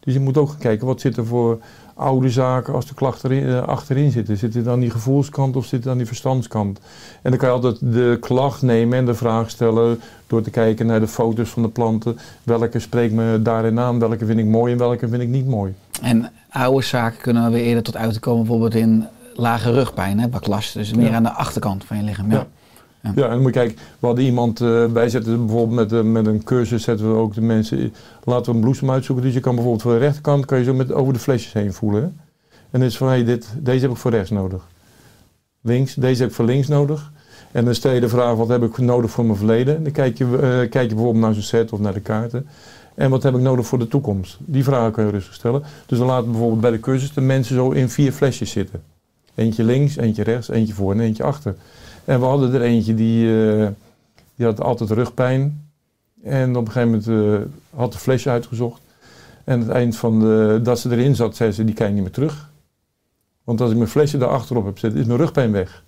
Dus je moet ook gaan kijken, wat zit er voor oude zaken als de klacht erin, uh, achterin zitten. Zit het aan die gevoelskant of zit het aan die verstandskant? En dan kan je altijd de klacht nemen en de vraag stellen door te kijken naar de foto's van de planten. Welke spreekt me daarin aan, welke vind ik mooi en welke vind ik niet mooi. En oude zaken kunnen weer eerder tot uit te komen, bijvoorbeeld in lage rugpijn, hè, baklas. Dus meer ja. aan de achterkant van je lichaam. Ja. Ja. Ja. ja, en dan moet je kijken, we hadden iemand, uh, wij zetten bijvoorbeeld met, uh, met een cursus, zetten we ook de mensen, laten we een bloesem uitzoeken. Dus je kan bijvoorbeeld voor de rechterkant, kan je zo met over de flesjes heen voelen. Hè? En dan is het van, hey, dit, deze heb ik voor rechts nodig. Links, deze heb ik voor links nodig. En dan stel je de vraag, wat heb ik nodig voor mijn verleden? Dan kijk je, uh, kijk je bijvoorbeeld naar zo'n set of naar de kaarten. En wat heb ik nodig voor de toekomst? Die vragen kun je rustig stellen. Dus dan laten we bijvoorbeeld bij de cursus de mensen zo in vier flesjes zitten. Eentje links, eentje rechts, eentje voor en eentje achter. En we hadden er eentje die, uh, die had altijd rugpijn. En op een gegeven moment uh, had de flesje uitgezocht. En aan het eind van de, dat ze erin zat, zei ze, die kan je niet meer terug. Want als ik mijn flesje daar achterop heb zitten, is mijn rugpijn weg.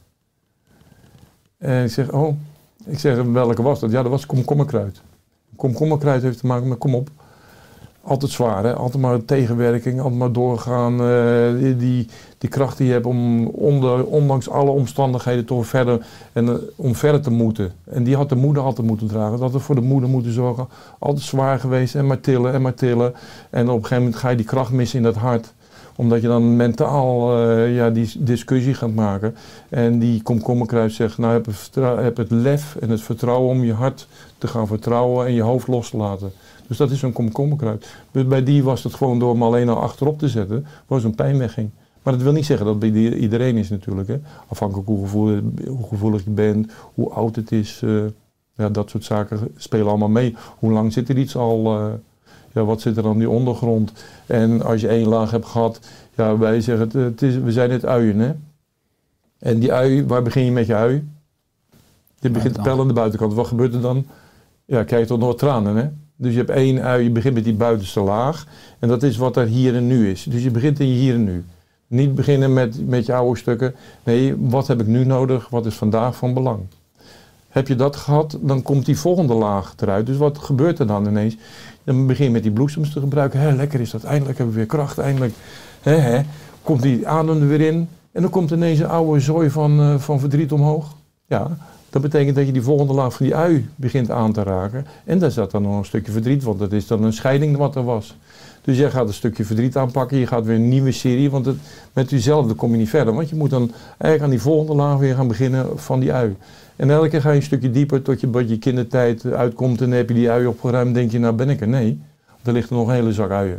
En ik zeg, oh, ik zeg, welke was dat? Ja, dat was komkommerkruid. Komkommerkruid heeft te maken met, kom op, altijd zwaar, hè? Altijd maar tegenwerking, altijd maar doorgaan. Uh, die, die, die kracht die je hebt om onder, ondanks alle omstandigheden toch verder, en, uh, om verder te moeten. En die had de moeder altijd moeten dragen. Dat had er voor de moeder moeten zorgen. Altijd zwaar geweest en maar tillen en maar tillen. En op een gegeven moment ga je die kracht missen in dat hart. Omdat je dan mentaal uh, ja, die discussie gaat maken. En die komkommerkruid zegt, nou heb, het heb het lef en het vertrouwen om je hart te gaan vertrouwen en je hoofd los te laten. Dus dat is zo'n komkommerkruid. Bij die was het gewoon door hem alleen al achterop te zetten, waar zo'n pijn wegging. Maar dat wil niet zeggen dat het bij iedereen is natuurlijk. Hè. Afhankelijk hoe gevoelig, hoe gevoelig je bent, hoe oud het is. Uh, ja, dat soort zaken spelen allemaal mee. Hoe lang zit er iets al? Uh, ja, wat zit er aan die ondergrond? En als je één laag hebt gehad, ja, wij zeggen, het, het is, we zijn net uien. Hè. En die ui, waar begin je met je ui? Je begint te pellen aan de buitenkant. Wat gebeurt er dan? Ja, krijg je tot nog tranen, hè? Dus je hebt één ui, je begint met die buitenste laag. En dat is wat er hier en nu is. Dus je begint in je hier en nu. Niet beginnen met, met je oude stukken. Nee, wat heb ik nu nodig? Wat is vandaag van belang? Heb je dat gehad, dan komt die volgende laag eruit. Dus wat gebeurt er dan ineens? Dan begin je met die bloesems te gebruiken. Hé, lekker is dat. Eindelijk hebben we weer kracht. Eindelijk hè, hè. Komt die adem er weer in. En dan komt ineens een oude zooi van, uh, van verdriet omhoog. Ja, dat betekent dat je die volgende laag van die ui begint aan te raken. En daar zat dan nog een stukje verdriet, want dat is dan een scheiding wat er was. Dus jij gaat een stukje verdriet aanpakken, je gaat weer een nieuwe serie, want het, met jezelf kom je niet verder. Want je moet dan eigenlijk aan die volgende laag weer gaan beginnen van die ui. En elke keer ga je een stukje dieper tot je, tot je kindertijd uitkomt en dan heb je die ui opgeruimd. Denk je, nou ben ik er? Nee, er ligt er nog een hele zak uien.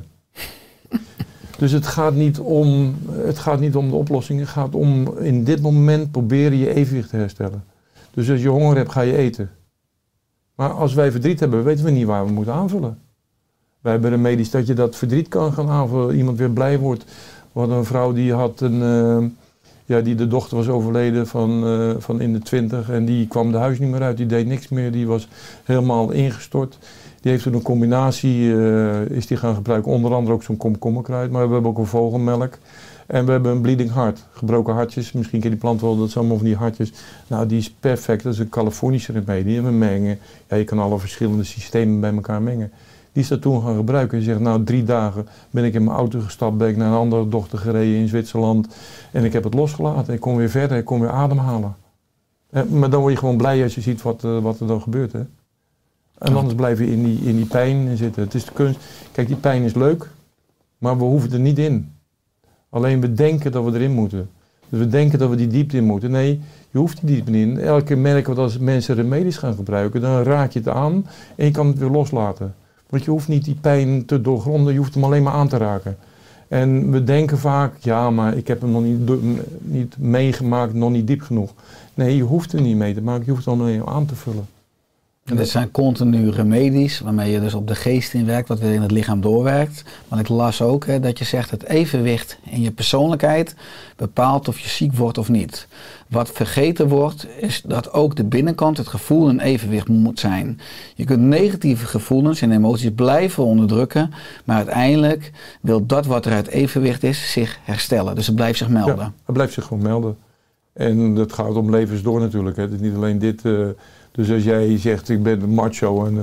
Dus het gaat, niet om, het gaat niet om de oplossing, het gaat om in dit moment proberen je evenwicht te herstellen. Dus als je honger hebt, ga je eten. Maar als wij verdriet hebben, weten we niet waar we moeten aanvullen. Wij hebben een medisch dat je dat verdriet kan gaan aanvullen, iemand weer blij wordt. We hadden een vrouw die had een, uh, ja, die de dochter was overleden van, uh, van in de twintig en die kwam de huis niet meer uit, die deed niks meer, die was helemaal ingestort. Die heeft toen een combinatie, uh, is die gaan gebruiken, onder andere ook zo'n komkommerkruid, maar we hebben ook een vogelmelk. En we hebben een bleeding hart, gebroken hartjes. Misschien ken je die plant wel, dat zijn allemaal van die hartjes. Nou, die is perfect. Dat is een Californische remedie. En we mengen, ja, je kan alle verschillende systemen bij elkaar mengen. Die is dat toen gaan gebruiken. En zegt, nou, drie dagen ben ik in mijn auto gestapt, ben ik naar een andere dochter gereden in Zwitserland. En ik heb het losgelaten. Ik kon weer verder, ik kon weer ademhalen. En, maar dan word je gewoon blij als je ziet wat, uh, wat er dan gebeurt, hè. En anders blijf je in die, in die pijn zitten. Het is de kunst. Kijk, die pijn is leuk, maar we hoeven er niet in. Alleen we denken dat we erin moeten. Dus we denken dat we die diepte in moeten. Nee, je hoeft die diepte in. Elke keer merken we dat als mensen remedies gaan gebruiken, dan raak je het aan en je kan het weer loslaten. Want je hoeft niet die pijn te doorgronden, je hoeft hem alleen maar aan te raken. En we denken vaak, ja, maar ik heb hem nog niet, niet meegemaakt, nog niet diep genoeg. Nee, je hoeft er niet mee te maken, je hoeft hem alleen aan te vullen. En dit zijn continu remedies waarmee je dus op de geest inwerkt, wat weer in het lichaam doorwerkt. Maar ik las ook hè, dat je zegt het evenwicht in je persoonlijkheid bepaalt of je ziek wordt of niet. Wat vergeten wordt is dat ook de binnenkant, het gevoel, in evenwicht moet zijn. Je kunt negatieve gevoelens en emoties blijven onderdrukken, maar uiteindelijk wil dat wat er uit evenwicht is zich herstellen. Dus het blijft zich melden. Ja, het blijft zich gewoon melden. En het gaat om levensdoor natuurlijk. Hè. Het is niet alleen dit... Uh, Dus als jij zegt, ik ben een macho en uh,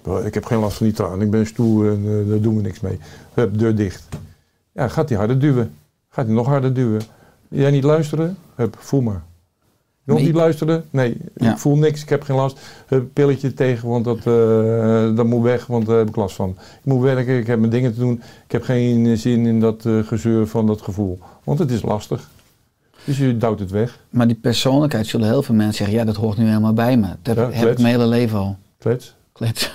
Ik heb geen last van die traan, ik ben stoer en uh, daar doen we niks mee. Hup, deur dicht. Ja, gaat hij harder duwen. Gaat hij nog harder duwen. Jij niet luisteren? Hup, voel maar. Nog Nee. niet luisteren? Nee, Ja. ik voel niks, ik heb geen last. Hup, pilletje tegen, want dat, uh, dat moet weg, want daar heb ik last van. Ik moet werken, ik heb mijn dingen te doen. Ik heb geen zin in dat uh, gezeur van dat gevoel. Want het is lastig. Dus je duwt het weg. Maar die persoonlijkheid zullen heel veel mensen zeggen, ja, dat hoort nu helemaal bij me. Dat Ja, heb, heb ik klets. mijn hele leven al. Klets. Klets.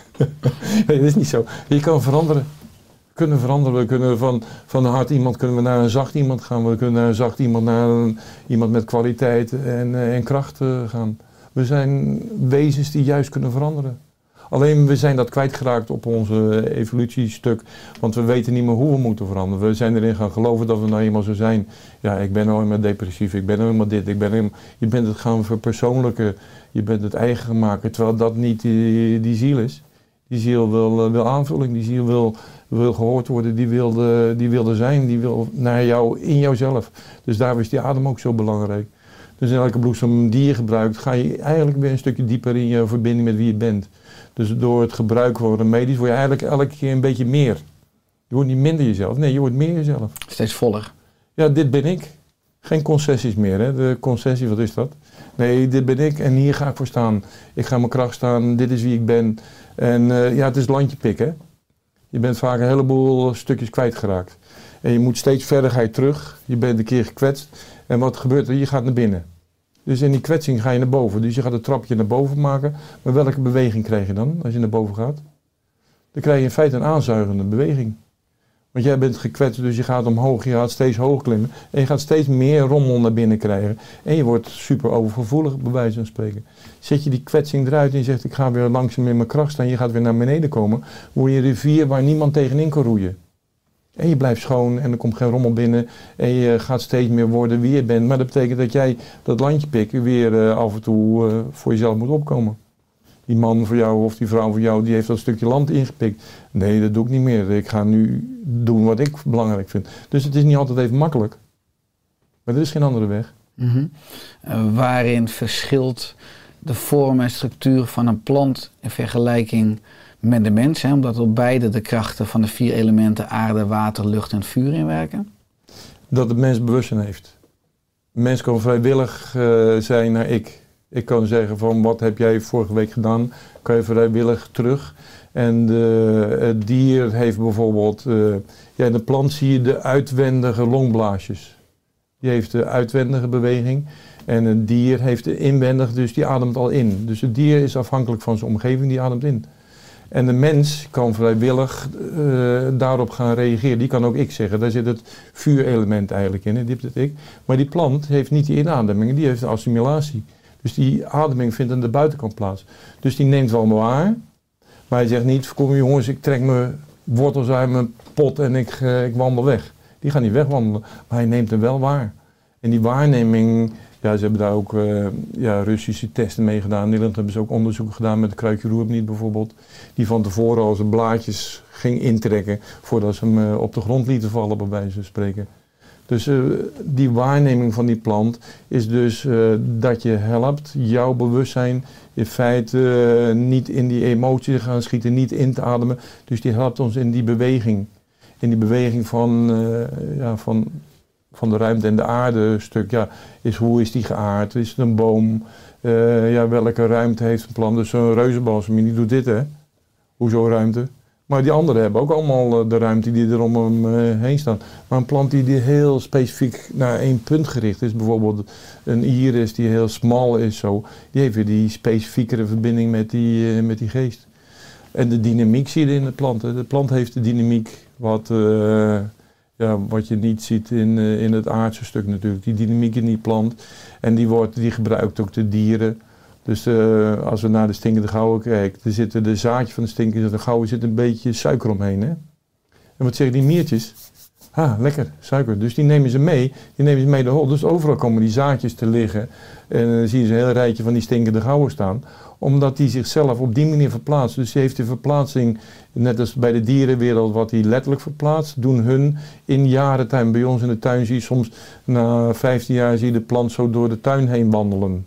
Nee, dat is niet zo. Je kan veranderen. We kunnen veranderen. We kunnen van, van een hard iemand kunnen we naar een zacht iemand gaan. We kunnen naar een zacht iemand naar een, iemand met kwaliteit en, uh, en kracht uh, gaan. We zijn wezens die juist kunnen veranderen. Alleen we zijn dat kwijtgeraakt op onze evolutiestuk. Want we weten niet meer hoe we moeten veranderen. We zijn erin gaan geloven dat we nou eenmaal zo zijn. Ja, ik ben nou eenmaal depressief. Ik ben nou eenmaal dit. Ik ben eenmaal, je bent het gaan verpersoonlijken. Je bent het eigen gaan maken. Terwijl dat niet die, die ziel is. Die ziel wil, wil aanvulling. Die ziel wil, wil gehoord worden. Die wil, die wil er zijn. Die wil naar jou, in jouzelf. Dus daar is die adem ook zo belangrijk. Dus in elke bloesem die je gebruikt, ga je eigenlijk weer een stukje dieper in je verbinding met wie je bent. Dus door het gebruik van remedies word je eigenlijk elke keer een beetje meer. Je wordt niet minder jezelf, nee, je wordt meer jezelf. Steeds voller. Ja, dit ben ik. Geen concessies meer, hè. De concessie, wat is dat? Nee, dit ben ik en hier ga ik voor staan. Ik ga mijn kracht staan, dit is wie ik ben. En uh, ja, het is landje pikken. Je bent vaak een heleboel stukjes kwijtgeraakt. En je moet steeds verder ga je terug. Je bent een keer gekwetst. En wat gebeurt er? Je gaat naar binnen. Dus in die kwetsing ga je naar boven. Dus je gaat een trapje naar boven maken. Maar welke beweging krijg je dan als je naar boven gaat? Dan krijg je in feite een aanzuigende beweging. Want jij bent gekwetst, dus je gaat omhoog. Je gaat steeds hoog klimmen. En je gaat steeds meer rommel naar binnen krijgen. En je wordt super overgevoelig, bij wijze van spreken. Zet je die kwetsing eruit en je zegt, ik ga weer langzaam in mijn kracht staan. Je gaat weer naar beneden komen. Word je een rivier waar niemand tegenin kan roeien. En je blijft schoon en er komt geen rommel binnen en je gaat steeds meer worden wie je bent. Maar dat betekent dat jij dat landje pikken weer uh, af en toe uh, voor jezelf moet opkomen. Die man voor jou of die vrouw voor jou, die heeft dat stukje land ingepikt. Nee, dat doe ik niet meer. Ik ga nu doen wat ik belangrijk vind. Dus het is niet altijd even makkelijk. Maar er is geen andere weg. Mm-hmm. Uh, waarin verschilt de vorm en structuur van een plant in vergelijking met de mens, hè, omdat op beide de krachten van de vier elementen aarde, water, lucht en vuur inwerken? Dat de mens bewustzijn heeft. De mens kan vrijwillig uh, zijn naar ik. Ik kan zeggen van wat heb jij vorige week gedaan, kan je vrijwillig terug. En de, het dier heeft bijvoorbeeld, uh, ja, in de plant zie je de uitwendige longblaasjes. Die heeft de uitwendige beweging. En een dier heeft de inwendige, dus die ademt al in. Dus het dier is afhankelijk van zijn omgeving, die ademt in. En de mens kan vrijwillig uh, daarop gaan reageren. Die kan ook ik zeggen. Daar zit het vuurelement eigenlijk in. Hè? Die heeft het ik. Maar die plant heeft niet die inademing. Die heeft de assimilatie. Dus die ademing vindt aan de buitenkant plaats. Dus die neemt wel waar. Maar hij zegt niet, kom jongens, ik trek mijn wortels uit mijn pot en ik, uh, ik wandel weg. Die gaat niet wegwandelen. Maar hij neemt hem wel waar. En die waarneming, ja, ze hebben daar ook uh, ja, Russische testen mee gedaan. In Nederland hebben ze ook onderzoeken gedaan met de kruidje roerniet bijvoorbeeld. Die van tevoren al zijn blaadjes ging intrekken voordat ze hem uh, op de grond lieten vallen, bij wijze van spreken. Dus uh, die waarneming van die plant is dus uh, dat je helpt jouw bewustzijn in feite uh, niet in die emotie te gaan schieten, niet in te ademen. Dus die helpt ons in die beweging. In die beweging van, uh, ja, van, van de ruimte en de aarde stuk. Ja, is, hoe is die geaard? Is het een boom? Uh, ja, welke ruimte heeft een plant? Dus zo'n reuzenbalsem, die doet dit, hè? Hoezo ruimte? Maar die anderen hebben ook allemaal de ruimte die er om hem heen staat. Maar een plant die, die heel specifiek naar één punt gericht is, bijvoorbeeld een iris die heel smal is, zo, die heeft weer die specifiekere verbinding met die, met die geest. En de dynamiek zie je in de plant. Hè. De plant heeft de dynamiek wat, uh, ja, wat je niet ziet in, uh, in het aardse stuk natuurlijk. Die dynamiek in die plant. En die, wordt, die gebruikt ook de dieren. Dus uh, als we naar de stinkende gouwe kijken, er zitten de zaadjes van de stinkende gouwe zit een beetje suiker omheen. Hè? En wat zeggen die miertjes? Ha, lekker, suiker. Dus die nemen ze mee, die nemen ze mee de hol. Dus overal komen die zaadjes te liggen. En dan zie je een heel rijtje van die stinkende gouwe staan. Omdat die zichzelf op die manier verplaatst. Dus die heeft de verplaatsing, net als bij de dierenwereld wat die letterlijk verplaatst, doen hun in jarentuin. Bij ons in de tuin zie je soms na vijftien jaar zie je de plant zo door de tuin heen wandelen.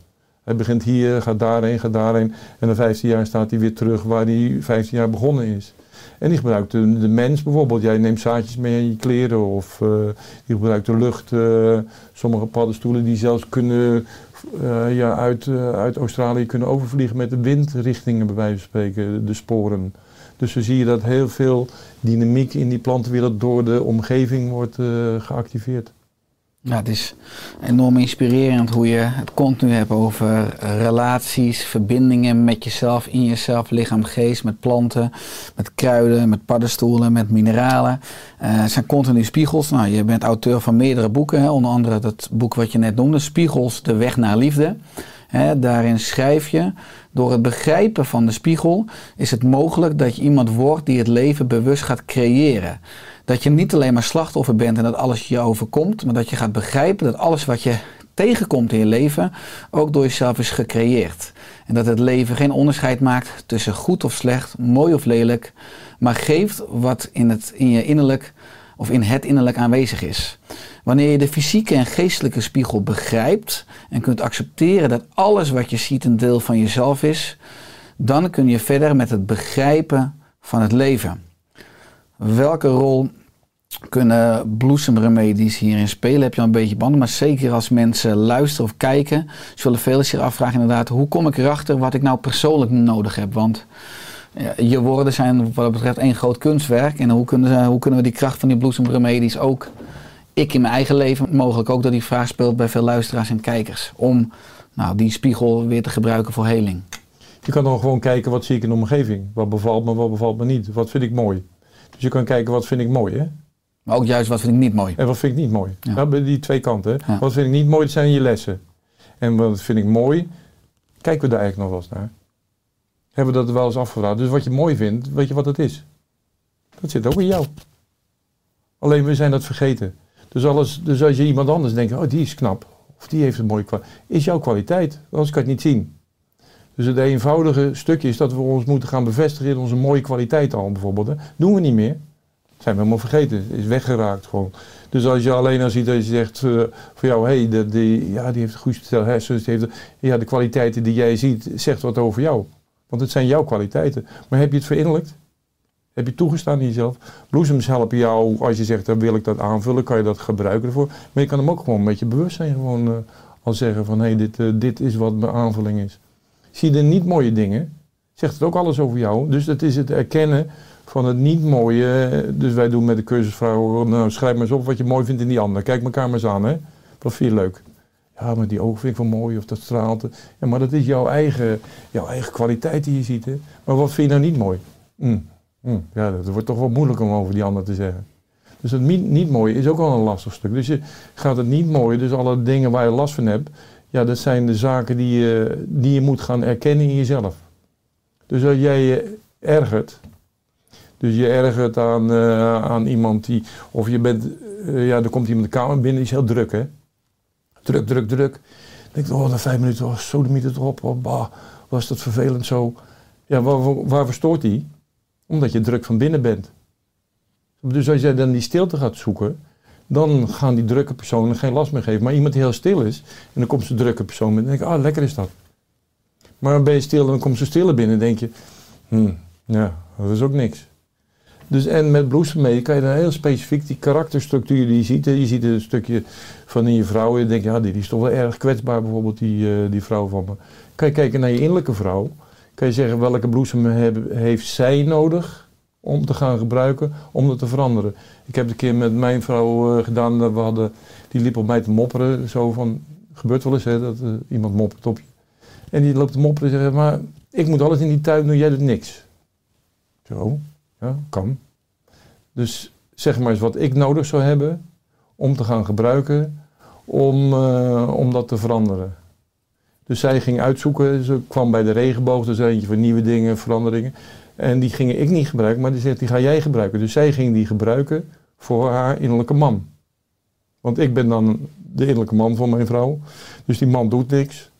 Hij begint hier, gaat daarheen, gaat daarheen. En na vijftien jaar staat hij weer terug waar hij vijftien jaar begonnen is. En die gebruikt de, de mens bijvoorbeeld. Jij neemt zaadjes mee in je kleren of uh, die gebruikt de lucht. Uh, sommige paddenstoelen die zelfs kunnen uh, ja, uit, uh, uit Australië kunnen overvliegen met de windrichtingen bij wijze van spreken, de sporen. Dus zo zie je dat heel veel dynamiek in die plantenwereld door de omgeving wordt uh, geactiveerd. Ja, het is enorm inspirerend hoe je het continu hebt over relaties, verbindingen met jezelf, in jezelf, lichaam, geest, met planten, met kruiden, met paddenstoelen, met mineralen. Uh, het zijn continu spiegels. Nou, je bent auteur van meerdere boeken, hè, onder andere dat boek wat je net noemde, Spiegels, de weg naar liefde. He, daarin schrijf je, door het begrijpen van de spiegel is het mogelijk dat je iemand wordt die het leven bewust gaat creëren. Dat je niet alleen maar slachtoffer bent en dat alles je overkomt, maar dat je gaat begrijpen dat alles wat je tegenkomt in je leven ook door jezelf is gecreëerd. En dat het leven geen onderscheid maakt tussen goed of slecht, mooi of lelijk, maar geeft wat in, het, in je innerlijk of in het innerlijk aanwezig is. Wanneer je de fysieke en geestelijke spiegel begrijpt en kunt accepteren dat alles wat je ziet een deel van jezelf is, dan kun je verder met het begrijpen van het leven. Welke rol kunnen bloesemremedies hierin spelen? Heb je al een beetje banden, maar zeker als mensen luisteren of kijken, zullen velen zich afvragen inderdaad, hoe kom ik erachter wat ik nou persoonlijk nodig heb? Want ja, je woorden zijn wat dat betreft één groot kunstwerk. En hoe kunnen, ze, hoe kunnen we die kracht van die bloesemremedies ook, ik in mijn eigen leven, mogelijk ook dat die vraag speelt bij veel luisteraars en kijkers, om nou, die spiegel weer te gebruiken voor heling? Je kan dan gewoon kijken, wat zie ik in de omgeving? Wat bevalt me, wat bevalt me niet? Wat vind ik mooi? Dus je kan kijken, wat vind ik mooi, hè? Maar ook juist, wat vind ik niet mooi? En wat vind ik niet mooi? Ja. Ja, bij die twee kanten, hè? Ja. Wat vind ik niet mooi, dat zijn je lessen. En wat vind ik mooi, kijken we daar eigenlijk nog wel eens naar. Hebben we dat wel eens afgevraagd. Dus wat je mooi vindt, weet je wat het is? Dat zit ook in jou. Alleen we zijn dat vergeten. Dus, alles, dus als je iemand anders denkt, oh die is knap, of die heeft een mooie kwaliteit, is jouw kwaliteit, anders kan je het niet zien. Dus het eenvoudige stukje is dat we ons moeten gaan bevestigen in onze mooie kwaliteit al bijvoorbeeld. Hè. Doen we niet meer. Dat zijn we helemaal vergeten. Is weggeraakt gewoon. Dus als je alleen al ziet dat je zegt uh, voor jou, hé, hey, die, ja, die heeft een goed stel hersens, die heeft, ja, de kwaliteiten die jij ziet, zegt wat over jou. Want het zijn jouw kwaliteiten. Maar heb je het verinnerlijkt? Heb je toegestaan in jezelf? Bloesems helpen jou, als je zegt, dan wil ik dat aanvullen, kan je dat gebruiken ervoor. Maar je kan hem ook gewoon met je bewustzijn gewoon uh, al zeggen van, hé, hey, dit, uh, dit is wat mijn aanvulling is. Zie je de niet mooie dingen, zegt het ook alles over jou. Dus dat is het erkennen van het niet mooie. Dus wij doen met de cursusvrouw, nou, schrijf maar eens op wat je mooi vindt in die ander. Kijk elkaar maar eens aan, hè. Wat vind je leuk? Ja, maar die ogen vind ik wel mooi, of dat straalt. Ja, maar dat is jouw eigen, jouw eigen kwaliteit die je ziet, hè. Maar wat vind je nou niet mooi? Mm, mm, ja, dat wordt toch wel moeilijk om over die ander te zeggen. Dus het niet, niet mooie is ook wel een lastig stuk. Dus je gaat het niet mooie, dus alle dingen waar je last van hebt, ja, dat zijn de zaken die je, die je moet gaan erkennen in jezelf. Dus als jij je ergert, dus je ergert aan, uh, aan iemand die, of je bent, uh, ja, er komt iemand de kamer binnen, die is heel druk, hè. Druk, druk, druk. Dan denk je, oh, na vijf minuten, oh, sodemiet het erop, oh, bah, was dat vervelend zo. Ja, waar, waar verstoort die? Omdat je druk van binnen bent. Dus als jij dan die stilte gaat zoeken, dan gaan die drukke personen geen last meer geven. Maar iemand die heel stil is, en dan komt zo'n drukke persoon binnen, en denk ik, ah, lekker is dat. Maar dan ben je stil en dan komt ze stille binnen en denk je, hmm, ja, dat is ook niks. Dus en met bloesemremedie kan je dan heel specifiek die karakterstructuur die je ziet. Je ziet een stukje van in je vrouw en je denkt, ja, die, die is toch wel erg kwetsbaar bijvoorbeeld, die, uh, die vrouw van me. Kan je kijken naar je innerlijke vrouw, kan je zeggen welke bloesem heb, heeft zij nodig om te gaan gebruiken, om dat te veranderen. Ik heb het een keer met mijn vrouw uh, gedaan, dat we hadden, die liep op mij te mopperen, zo van, gebeurt wel eens hè, dat uh, iemand moppert op je. En die loopt te mopperen en zegt, maar ik moet alles in die tuin doen, jij doet niks. Zo, ja, kan. Dus zeg maar eens wat ik nodig zou hebben om te gaan gebruiken, om, uh, om dat te veranderen. Dus zij ging uitzoeken, ze kwam bij de regenboog, dus eentje van nieuwe dingen, veranderingen. En die ging ik niet gebruiken, maar die zegt, die ga jij gebruiken. Dus zij ging die gebruiken voor haar innerlijke man. Want ik ben dan de innerlijke man van mijn vrouw, dus die man doet niks.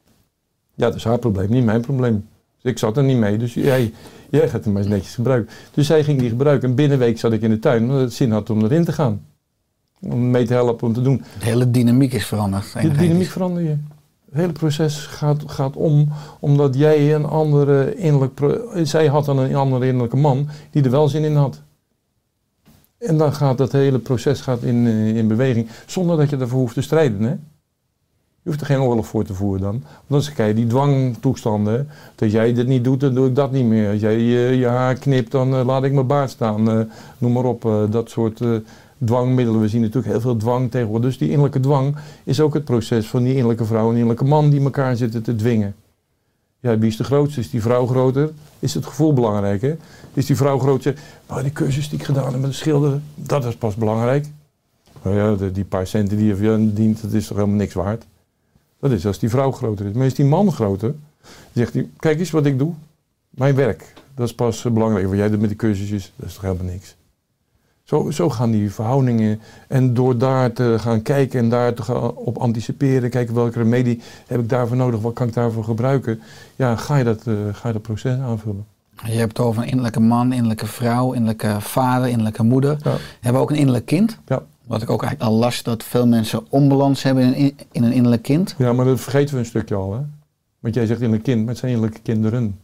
Ja, dat is haar probleem, niet mijn probleem. Dus ik zat er niet mee, dus jij, jij gaat hem maar eens netjes gebruiken. Dus zij ging die gebruiken en binnen een week zat ik in de tuin, omdat het zin had om erin te gaan. Om mee te helpen, om te doen. De hele dynamiek is veranderd. De dynamiek verander je. Het hele proces gaat, gaat om, omdat jij een andere innerlijk... Pro- zij had dan een andere innerlijke man die er wel zin in had. En dan gaat dat hele proces gaat in, in beweging, zonder dat je ervoor hoeft te strijden. Hè? Je hoeft er geen oorlog voor te voeren dan. Want dan krijg je die dwangtoestanden. Dat jij dit niet doet, dan doe ik dat niet meer. Als jij uh, je haar knipt, dan uh, laat ik mijn baard staan. Uh, noem maar op, uh, dat soort uh, dwangmiddelen. We zien natuurlijk heel veel dwang tegenwoordig. Dus die innerlijke dwang is ook het proces van die innerlijke vrouw en innerlijke man die elkaar zitten te dwingen. Ja, wie is de grootste? Is die vrouw groter? Is het gevoel belangrijk, hè? Is die vrouw groter? Oh, die cursus die ik gedaan heb met de schilderen, dat is pas belangrijk. Nou ja, de, die paar centen die je voor je dient, dat is toch helemaal niks waard. Dat is als die vrouw groter is. Maar is die man groter, dan zegt hij, kijk eens wat ik doe. Mijn werk, dat is pas belangrijk. Wat jij doet met die cursusjes, dat is toch helemaal niks. Zo, zo gaan die verhoudingen. En door daar te gaan kijken en daar te gaan op anticiperen, kijken welke remedie heb ik daarvoor nodig, wat kan ik daarvoor gebruiken. Ja, ga je dat, uh, ga je dat proces aanvullen. Je hebt het over een innerlijke man, innerlijke vrouw, innerlijke vader, innerlijke moeder. Ja. We hebben ook een innerlijk kind. Ja. Wat ik ook eigenlijk al las, dat veel mensen onbalans hebben in, in een innerlijk kind. Ja, maar dat vergeten we een stukje al, hè. Want jij zegt innerlijk kind, maar het zijn innerlijke kinderen.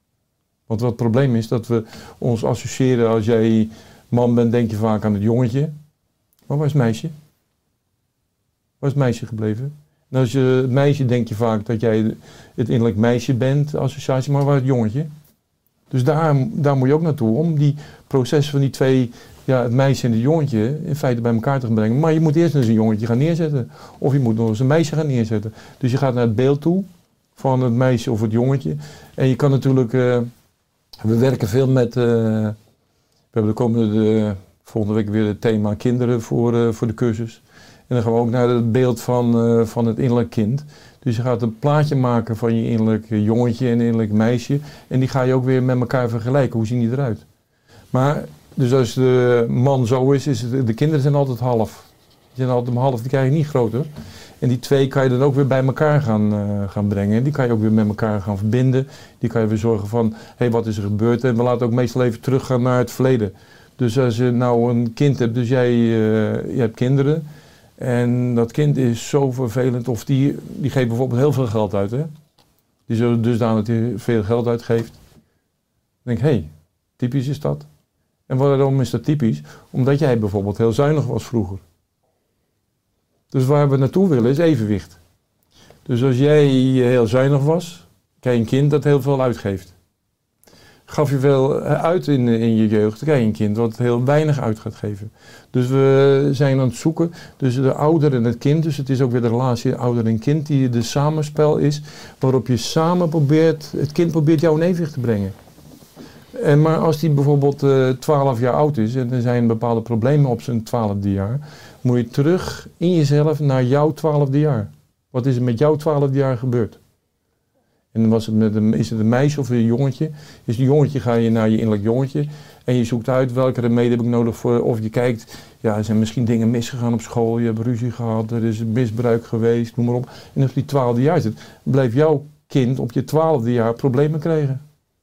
Want wat het probleem is, dat we ons associëren, als jij man bent, denk je vaak aan het jongetje. Maar waar is het meisje? Waar is het meisje gebleven? En als je het meisje, denk je vaak dat jij het innerlijk meisje bent, associatie, maar waar is het jongetje? Dus daar, daar moet je ook naartoe, om die proces van die twee, ja, het meisje en het jongetje, in feite bij elkaar te gaan brengen. Maar je moet eerst eens een jongetje gaan neerzetten. Of je moet nog eens een meisje gaan neerzetten. Dus je gaat naar het beeld toe van het meisje of het jongetje. En je kan natuurlijk, uh, we werken veel met, uh, we hebben de komende, de, volgende week weer het thema kinderen voor, uh, voor de cursus. En dan gaan we ook naar het beeld van, uh, van het innerlijk kind. Dus je gaat een plaatje maken van je innerlijk jongetje en innerlijk meisje. En die ga je ook weer met elkaar vergelijken. Hoe zien die eruit? Maar, dus als de man zo is, is het, de kinderen zijn altijd half. Die zijn altijd half, die krijg je niet groter. En die twee kan je dan ook weer bij elkaar gaan, uh, gaan brengen. En die kan je ook weer met elkaar gaan verbinden. Die kan je weer zorgen van, hé, hey, wat is er gebeurd? En we laten ook meestal even teruggaan naar het verleden. Dus als je nou een kind hebt, dus jij uh, je hebt kinderen. En dat kind is zo vervelend, of die, die geeft bijvoorbeeld heel veel geld uit. Hè? Die zo dusdanig dat hij veel geld uitgeeft. Dan denk ik, hé, hey, typisch is dat. En waarom is dat typisch? Omdat jij bijvoorbeeld heel zuinig was vroeger. Dus waar we naartoe willen is evenwicht. Dus als jij heel zuinig was, krijg je een kind dat heel veel uitgeeft. Gaf je veel uit in, in je jeugd, dan krijg je een kind wat heel weinig uit gaat geven. Dus we zijn aan het zoeken tussen de ouder en het kind. Dus het is ook weer de relatie ouder en kind die de samenspel is. Waarop je samen probeert, het kind probeert jou in evenwicht te brengen. En maar als die bijvoorbeeld uh, twaalf jaar oud is en er zijn bepaalde problemen op zijn twaalfde jaar, moet je terug in jezelf naar jouw twaalfde jaar. Wat is er met jouw twaalfde jaar gebeurd? En was het met een, is het een meisje of een jongetje? Is het jongetje, ga je naar je innerlijk jongetje en je zoekt uit welke remedie heb ik nodig voor, of je kijkt, ja, er zijn misschien dingen misgegaan op school, je hebt ruzie gehad, er is misbruik geweest, noem maar op. En als die twaalfde jaar zit, blijft jouw kind op je twaalfde jaar problemen krijgen.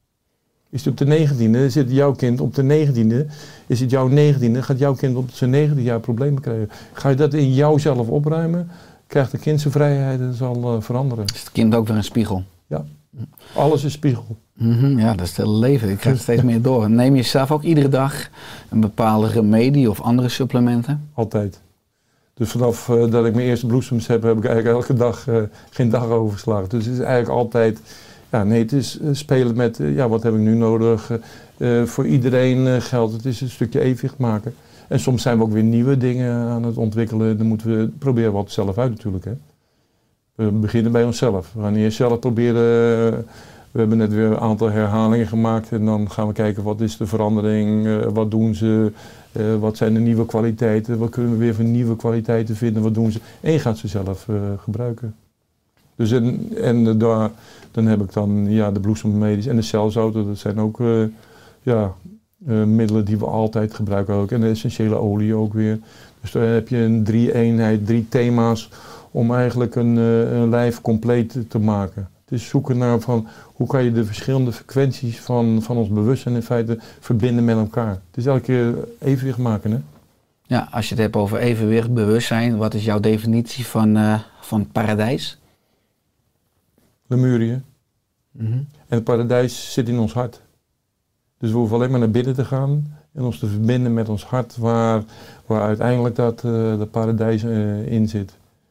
Is het op de negentiende, zit jouw kind op de negentiende, is het jouw negentiende, gaat jouw kind op zijn negentiende jaar problemen krijgen. Ga je dat in jouzelf opruimen, krijgt de kind zijn vrijheid en zal uh, veranderen. Is het kind ook weer een spiegel? Ja, alles is spiegel. Mm-hmm, ja, dat is het hele leven. Ik krijg het steeds meer door. Neem je zelf ook iedere dag een bepaalde remedie of andere supplementen? Altijd. Dus vanaf uh, dat ik mijn eerste bloesems heb, heb ik eigenlijk elke dag uh, geen dag overgeslagen. Dus het is eigenlijk altijd, ja nee, het is uh, spelen met, uh, ja wat heb ik nu nodig? Uh, voor iedereen uh, geldt, het is een stukje evenwicht maken. En soms zijn we ook weer nieuwe dingen aan het ontwikkelen. Dan moeten we proberen wat zelf uit natuurlijk, hè. We beginnen bij onszelf. We gaan eerst zelf proberen. We hebben net weer een aantal herhalingen gemaakt en dan gaan we kijken wat is de verandering, uh, wat doen ze, uh, wat zijn de nieuwe kwaliteiten, wat kunnen we weer voor nieuwe kwaliteiten vinden, wat doen ze. En je gaat ze zelf uh, gebruiken. Dus en, en uh, daar, dan heb ik dan ja, de bloesemremedies en de celzouten, dat zijn ook uh, ja, uh, middelen die we altijd gebruiken ook. En de essentiële olie ook weer. Dus daar heb je een drie eenheid, drie thema's om eigenlijk een, uh, een lijf compleet te maken. Het is zoeken naar van hoe kan je de verschillende frequenties van, van ons bewustzijn in feite verbinden met elkaar. Het is elke keer evenwicht maken, hè? Ja, als je het hebt over evenwicht, bewustzijn, wat is jouw definitie van, uh, van paradijs? Lemurië. Mm-hmm. En het paradijs zit in ons hart. Dus we hoeven alleen maar naar binnen te gaan en ons te verbinden met ons hart, waar, waar uiteindelijk dat, uh, dat paradijs uh, in zit.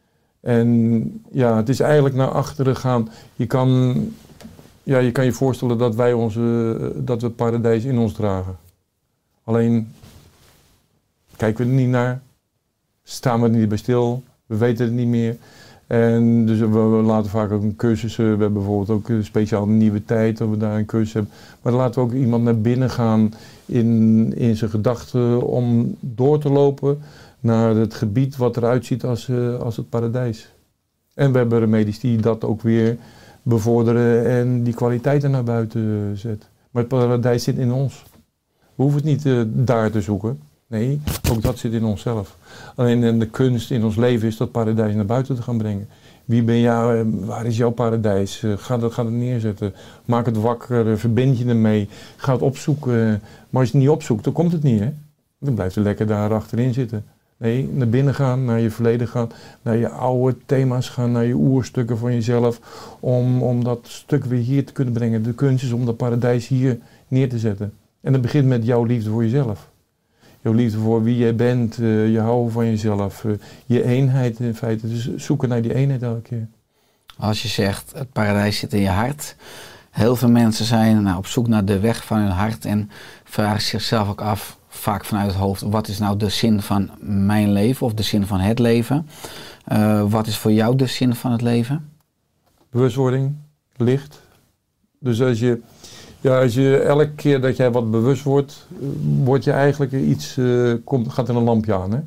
En ja, het is eigenlijk naar achteren gaan. Je kan, ja, je kan je voorstellen dat wij onze, uh, dat we het paradijs in ons dragen. Alleen kijken we er niet naar, staan we er niet bij stil, we weten het niet meer. En dus we, we laten vaak ook een cursus, we hebben bijvoorbeeld ook een speciaal nieuwe tijd, dat we daar een cursus hebben. Maar dan laten we ook iemand naar binnen gaan in, in zijn gedachten om door te lopen naar het gebied wat eruit ziet als, uh, als het paradijs. En we hebben remedies die dat ook weer bevorderen en die kwaliteiten naar buiten zetten. Maar het paradijs zit in ons. We hoeven het niet uh, daar te zoeken. Nee, ook dat zit in onszelf. Alleen de kunst in ons leven is dat paradijs naar buiten te gaan brengen. Wie ben jij, waar is jouw paradijs? Ga dat, ga dat neerzetten. Maak het wakker, verbind je ermee. Ga het opzoeken. Maar als je het niet opzoekt, dan komt het niet. Hè? Dan blijft het lekker daar achterin zitten. Nee, naar binnen gaan, naar je verleden gaan, naar je oude thema's gaan, naar je oerstukken van jezelf. Om, om dat stuk weer hier te kunnen brengen. De kunst is om dat paradijs hier neer te zetten. En dat begint met jouw liefde voor jezelf. Jouw liefde voor wie jij bent, uh, je houden van jezelf, uh, je eenheid in feite. Dus zoeken naar die eenheid elke keer. Als je zegt, het paradijs zit in je hart. Heel veel mensen zijn nou, op zoek naar de weg van hun hart en vragen zichzelf ook af, vaak vanuit het hoofd, wat is nou de zin van mijn leven of de zin van het leven? Uh, wat is voor jou de zin van het leven? Bewustwording, licht. Dus als je... Ja, als je elke keer dat jij wat bewust wordt, word je eigenlijk iets, uh, komt, gaat er een lampje aan. Hè?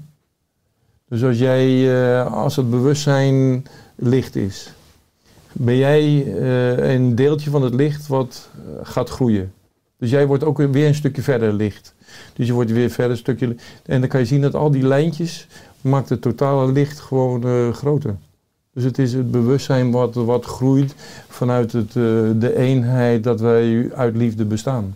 Dus als jij, uh, als het bewustzijn licht is, ben jij uh, een deeltje van het licht wat uh, gaat groeien. Dus jij wordt ook weer een stukje verder licht. Dus je wordt weer verder een stukje licht. En dan kan je zien dat al die lijntjes maakt het totale licht gewoon uh, groter. Dus het is het bewustzijn wat, wat groeit vanuit het, uh, de eenheid dat wij uit liefde bestaan.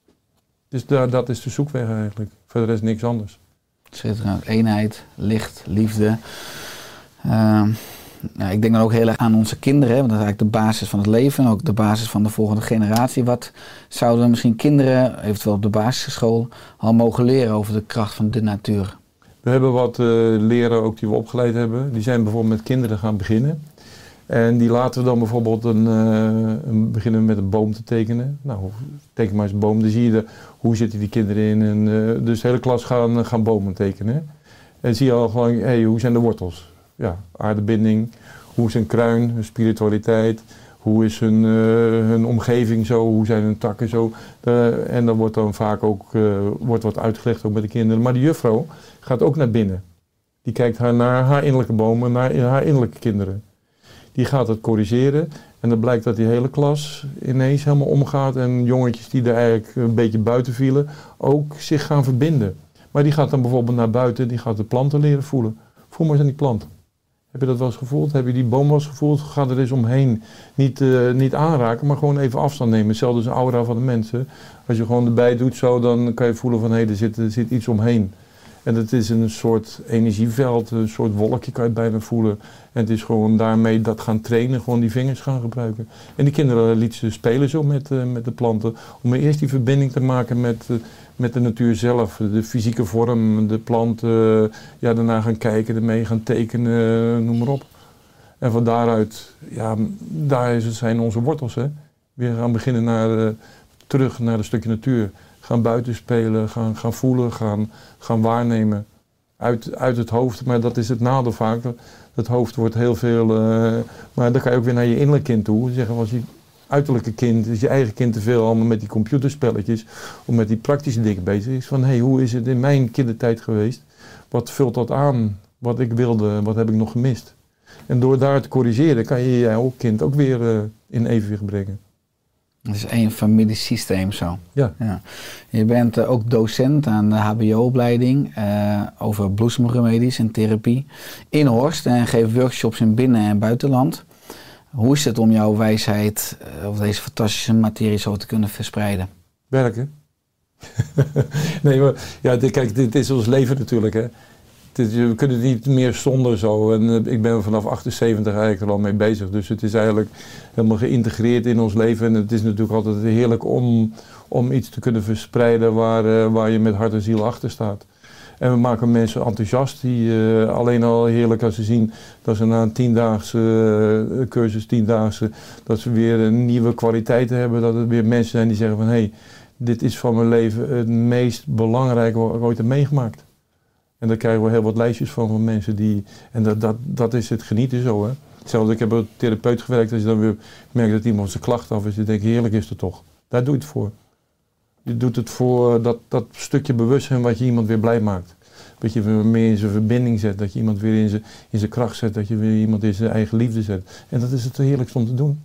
Dus da, dat is de zoekweg eigenlijk. Verder is niks anders. Schitterend. Eenheid, licht, liefde. Uh, ja, ik denk dan ook heel erg aan onze kinderen. Want dat is eigenlijk de basis van het leven. En ook de basis van de volgende generatie. Wat zouden misschien kinderen, eventueel op de basisschool, al mogen leren over de kracht van de natuur? We hebben wat uh, leren ook die we opgeleid hebben. Die zijn bijvoorbeeld met kinderen gaan beginnen. En die laten we dan bijvoorbeeld een, uh, een beginnen met een boom te tekenen. Nou, teken maar eens een boom. Dan zie je de, hoe zitten die kinderen in. En, uh, dus de hele klas gaan, gaan bomen tekenen. En zie je al gewoon, hey, hoe zijn de wortels? Ja, aardebinding. Hoe is hun kruin, hun spiritualiteit. Hoe is hun, uh, hun omgeving zo, hoe zijn hun takken zo. Uh, en dan wordt dan vaak ook uh, wordt wat uitgelegd ook met de kinderen. Maar de juffrouw gaat ook naar binnen. Die kijkt haar naar haar innerlijke bomen, naar haar innerlijke kinderen. Die gaat het corrigeren en dan blijkt dat die hele klas ineens helemaal omgaat. En jongetjes die er eigenlijk een beetje buiten vielen, ook zich gaan verbinden. Maar die gaat dan bijvoorbeeld naar buiten, die gaat de planten leren voelen. Voel maar eens aan die plant. Heb je dat wel eens gevoeld? Heb je die boom wel eens gevoeld? Ga er eens omheen. Niet, uh, niet aanraken, maar gewoon even afstand nemen. Hetzelfde als de aura van de mensen. Als je gewoon erbij doet zo, dan kan je voelen van hé, hey, er, zit, er zit iets omheen. En het is een soort energieveld, een soort wolkje kan je bijna voelen. En het is gewoon daarmee dat gaan trainen, gewoon die vingers gaan gebruiken. En die kinderen lieten ze spelen zo met, uh, met de planten. Om eerst die verbinding te maken met, uh, met de natuur zelf. De fysieke vorm, de plant, uh, ja, daarna gaan kijken, ermee gaan tekenen, uh, noem maar op. En van daaruit, ja, daar zijn onze wortels. Hè. Weer gaan beginnen naar, uh, terug naar een stukje natuur. Gaan buiten spelen, gaan, gaan voelen, gaan, gaan waarnemen. Uit, uit het hoofd, maar dat is het nadeel vaak. Het hoofd wordt heel veel... Uh, maar dan kan je ook weer naar je innerlijk kind toe. Zeggen, als je uiterlijke kind, is je eigen kind te veel allemaal met die computerspelletjes, of met die praktische dingen bezig is. Van, hé, hey, hoe is het in mijn kindertijd geweest? Wat vult dat aan? Wat ik wilde, wat heb ik nog gemist? En door daar te corrigeren, kan je jouw kind ook weer uh, in evenwicht brengen. Het is één familiesysteem zo. Ja. Ja. Je bent uh, ook docent aan de H B O-opleiding uh, over bloesemremedies en therapie in Horst en geeft workshops in binnen- en buitenland. Hoe is het om jouw wijsheid uh, of deze fantastische materie zo te kunnen verspreiden? Werken. Nee, maar ja, dit, kijk, dit is ons leven natuurlijk. Hè. het is, we kunnen het niet meer zonder zo. En uh, ik ben vanaf achtenzeventig eigenlijk er al mee bezig. Dus het is eigenlijk helemaal geïntegreerd in ons leven. En het is natuurlijk altijd heerlijk om, om iets te kunnen verspreiden waar, uh, waar je met hart en ziel achter staat. En we maken mensen enthousiast, die uh, alleen al heerlijk als ze zien dat ze na een tiendaagse uh, cursus, tiendaagse, dat ze weer een nieuwe kwaliteiten hebben. Dat het weer mensen zijn die zeggen van, hé, hey, dit is van mijn leven het meest belangrijke wat ik ooit heb meegemaakt. En daar krijgen we heel wat lijstjes van van mensen die, en dat, dat, dat is het genieten zo, hè. Hetzelfde, ik heb een therapeut gewerkt, als je dan weer merkt dat iemand zijn klacht af is, je denkt, heerlijk is het toch. Daar doe je het voor. Je doet het voor dat, dat stukje bewustzijn wat je iemand weer blij maakt. Dat je meer in zijn verbinding zet, dat je iemand weer in zijn, in zijn kracht zet, dat je weer iemand in zijn eigen liefde zet. En dat is het heerlijkst om te doen.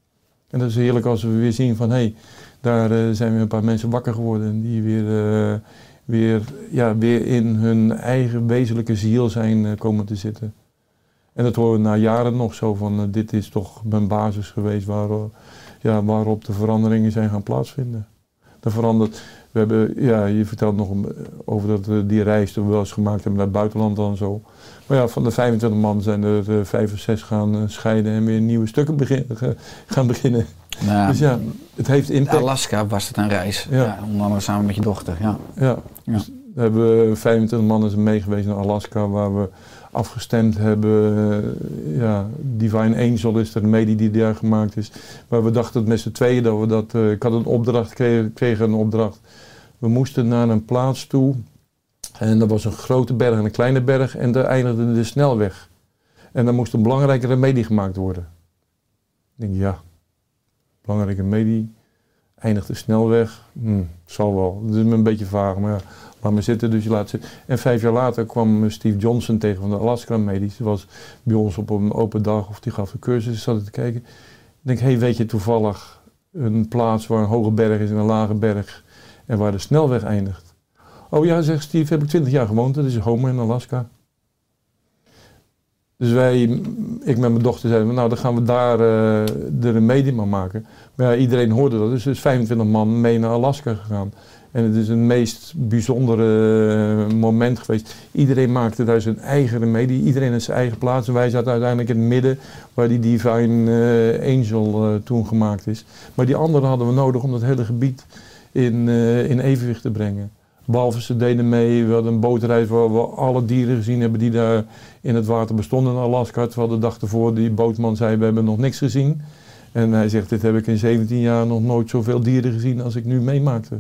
En dat is heerlijk als we weer zien van, hé, hey, daar uh, zijn weer een paar mensen wakker geworden en die weer, uh, weer, ja, weer in hun eigen wezenlijke ziel zijn uh, komen te zitten. En dat horen we na jaren nog zo van, uh, dit is toch mijn basis geweest waar, uh, ja, waarop de veranderingen zijn gaan plaatsvinden. Dat verandert. We hebben, ja, je vertelt nog over dat we die reis die we wel eens gemaakt hebben naar het buitenland dan zo. Maar ja, van de vijfentwintig man zijn er uh, vijf of zes gaan uh, scheiden en weer nieuwe stukken begin, uh, gaan beginnen. Nou, dus ja, het heeft impact. Alaska was het een reis, ja. Ja, onder andere samen met je dochter. Ja, ja, ja. Dus we hebben vijfentwintig man zijn mee geweest naar Alaska, waar we afgestemd hebben. Uh, ja, Divine Angel is de remedie die daar gemaakt is. Waar we dachten dat met z'n tweeën dat we dat. Uh, ik had een opdracht, kreeg, kreeg een opdracht. We moesten naar een plaats toe. En dat was een grote berg en een kleine berg. En daar eindigde de snelweg. En daar moest een belangrijke remedie gemaakt worden. Ik denk, ja, belangrijke remedie. Eindigt de snelweg. Hm, zal wel. Dat is me een beetje vaag, maar ja, laat me zitten, dus je laat zitten. En vijf jaar later kwam Steve Johnson tegen van de Alaska Remedies. Die was bij ons op een open dag, of die gaf een cursus, ik zat te kijken. Ik denk, hé, hey, weet je toevallig een plaats waar een hoge berg is en een lage berg en waar de snelweg eindigt? Oh ja, zegt Steve, heb ik twintig jaar gewoond, dat is Homer in Alaska. Dus wij, ik met mijn dochter zeiden, nou dan gaan we daar uh, de remedie maar maken. Maar ja, iedereen hoorde dat, dus er is vijfentwintig man mee naar Alaska gegaan. En het is een meest bijzondere uh, moment geweest. Iedereen maakte daar zijn eigen remedie, iedereen in zijn eigen plaats. En wij zaten uiteindelijk in het midden waar die Divine uh, Angel uh, toen gemaakt is. Maar die anderen hadden we nodig om dat hele gebied in, uh, in evenwicht te brengen. Walvissen deden mee, we hadden een bootreis waar we alle dieren gezien hebben die daar in het water bestonden in Alaska. Terwijl de dag ervoor die bootman zei, we hebben nog niks gezien. En hij zegt, dit heb ik in zeventien jaar nog nooit zoveel dieren gezien als ik nu meemaakte.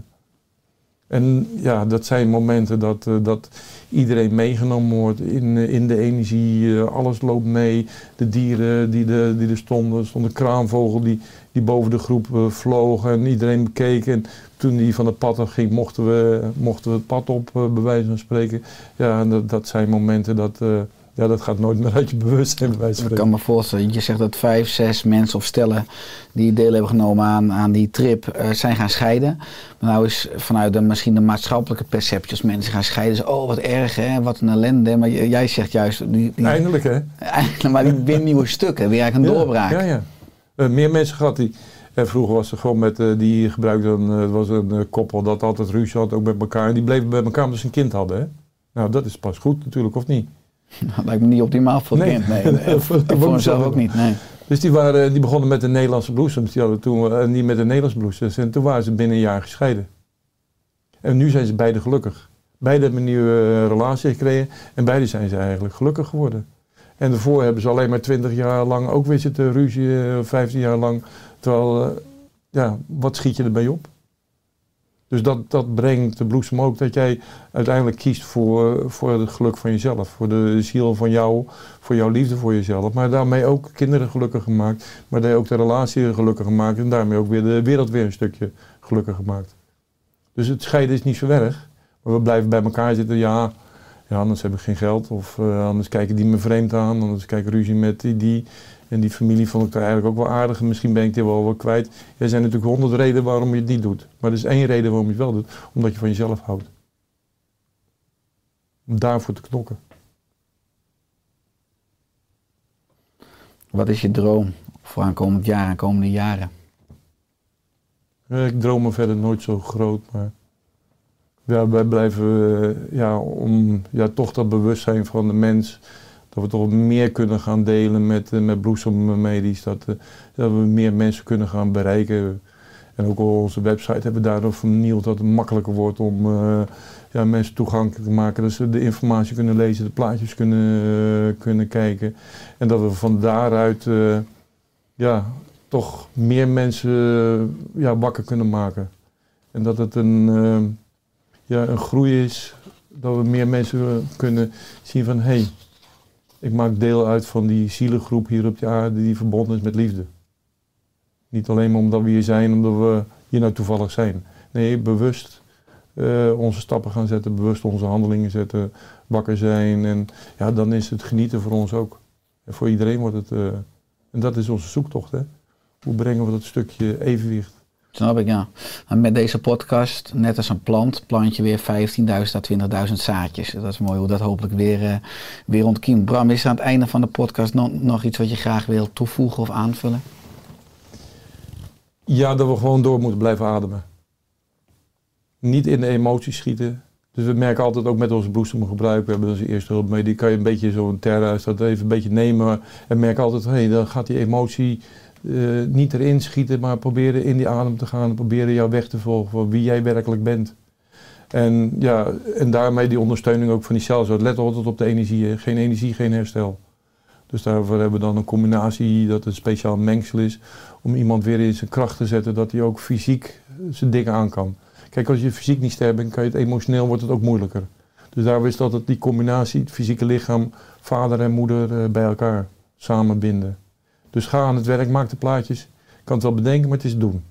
En ja, dat zijn momenten dat, uh, dat iedereen meegenomen wordt in, uh, in de energie, uh, alles loopt mee. De dieren die, de, die er stonden, er stond een kraanvogel die, die boven de groep uh, vloog en iedereen bekeek. En toen die van het pad af ging, mochten we, mochten we het pad op, uh, bij wijze van spreken. Ja, en dat, dat zijn momenten dat... Uh, Ja, dat gaat nooit meer uit je bewustzijn bij wijze van spreken. Ik kan me voorstellen, je zegt dat vijf, zes mensen of stellen die deel hebben genomen aan, aan die trip uh, zijn gaan scheiden. Maar nou is vanuit de, misschien de maatschappelijke perceptie als mensen gaan scheiden. Dus, oh, wat erg, hè, wat een ellende. Maar j- jij zegt juist... Die, die, eindelijk, hè? Eindelijk, maar die weer nieuwe stukken, weer eigenlijk een ja, doorbraak. Ja, ja. Uh, meer mensen gehad die... Uh, vroeger was er gewoon met, uh, die gebruikten, uh, het was een uh, koppel dat altijd ruzie had, ook met elkaar. En die bleven bij elkaar omdat ze een kind hadden, hè? Nou, dat is pas goed natuurlijk, of niet? Dat lijkt me niet optimaal voor het nee. kind. Nee, nee. voor, voor mezelf ook niet. Nee. Dus die, waren, die begonnen met de Nederlandse bloesems. Die hadden toen uh, niet met de Nederlandse bloesems. En toen waren ze binnen een jaar gescheiden. En nu zijn ze beide gelukkig. Beide hebben een nieuwe uh, relatie gekregen. En beide zijn ze eigenlijk gelukkig geworden. En daarvoor hebben ze alleen maar twintig jaar lang ook weer zitten ruzie. Uh, vijftien jaar lang. Terwijl, uh, ja, wat schiet je erbij op? Dus dat, dat brengt de bloesem ook dat jij uiteindelijk kiest voor, voor het geluk van jezelf. Voor de ziel van jou, voor jouw liefde voor jezelf. Maar daarmee ook kinderen gelukkig gemaakt. Maar daarmee ook de relatie gelukkig gemaakt. En daarmee ook weer de wereld weer een stukje gelukkig gemaakt. Dus het scheiden is niet zo erg. Maar we blijven bij elkaar zitten. Ja, ja anders heb ik geen geld. Of uh, anders kijken die me vreemd aan. Anders kijk ik ruzie met die, die. En die familie vond ik daar eigenlijk ook wel aardig. En misschien ben ik die wel wel kwijt. Er zijn natuurlijk honderd redenen waarom je het niet doet. Maar er is één reden waarom je het wel doet. Omdat je van jezelf houdt. Om daarvoor te knokken. Wat is je droom voor aankomend jaar, aankomende jaren? Ik droom me verder nooit zo groot. Maar Ja, wij blijven uh, ja, om ja, toch dat bewustzijn van de mens, dat we toch meer kunnen gaan delen met, uh, met bloesemremedies, dat, uh, dat we meer mensen kunnen gaan bereiken. En ook op onze website hebben we daardoor vernieuwd dat het makkelijker wordt om uh, ja, mensen toegankelijk te maken. Dat ze de informatie kunnen lezen, de plaatjes kunnen, uh, kunnen kijken. En dat we van daaruit uh, ja, toch meer mensen uh, ja, wakker kunnen maken. En dat het een, uh, ja, een groei is, dat we meer mensen kunnen zien van hé, hey, ik maak deel uit van die zielengroep hier op de aarde die verbonden is met liefde. Niet alleen maar omdat we hier zijn, omdat we hier nou toevallig zijn. Nee, bewust uh, onze stappen gaan zetten, bewust onze handelingen zetten, wakker zijn. En ja, dan is het genieten voor ons ook. En voor iedereen wordt het, uh, en dat is onze zoektocht, hè. Hoe brengen we dat stukje evenwicht? Snap ik, ja. En met deze podcast, net als een plant, plant je weer vijftienduizend à twintigduizend zaadjes. Dat is mooi hoe dat hopelijk weer, uh, weer ontkiemt. Bram, is er aan het einde van de podcast nog, nog iets wat je graag wil toevoegen of aanvullen? Ja, dat we gewoon door moeten blijven ademen. Niet in de emoties schieten. Dus we merken altijd ook met onze bloesemgebruik, we hebben onze eerste hulp mee, die kan je een beetje zo'n terra, dat even een beetje nemen en merk altijd, hé, hey, dan gaat die emotie uh, niet erin schieten, maar proberen in die adem te gaan, proberen jou weg te volgen van wie jij werkelijk bent. En ja, en daarmee die ondersteuning ook van die cells. Let altijd op de energie, hè. Geen energie, geen herstel. Dus daarvoor hebben we dan een combinatie dat een speciaal mengsel is om iemand weer in zijn kracht te zetten, dat hij ook fysiek zijn dingen aan kan. Kijk, als je fysiek niet sterk bent, kan je het emotioneel, wordt het ook moeilijker. Dus daar is dat het die combinatie, het fysieke lichaam, vader en moeder uh, bij elkaar samenbinden. Dus ga aan het werk, maak de plaatjes. Je kan het wel bedenken, maar het is doen.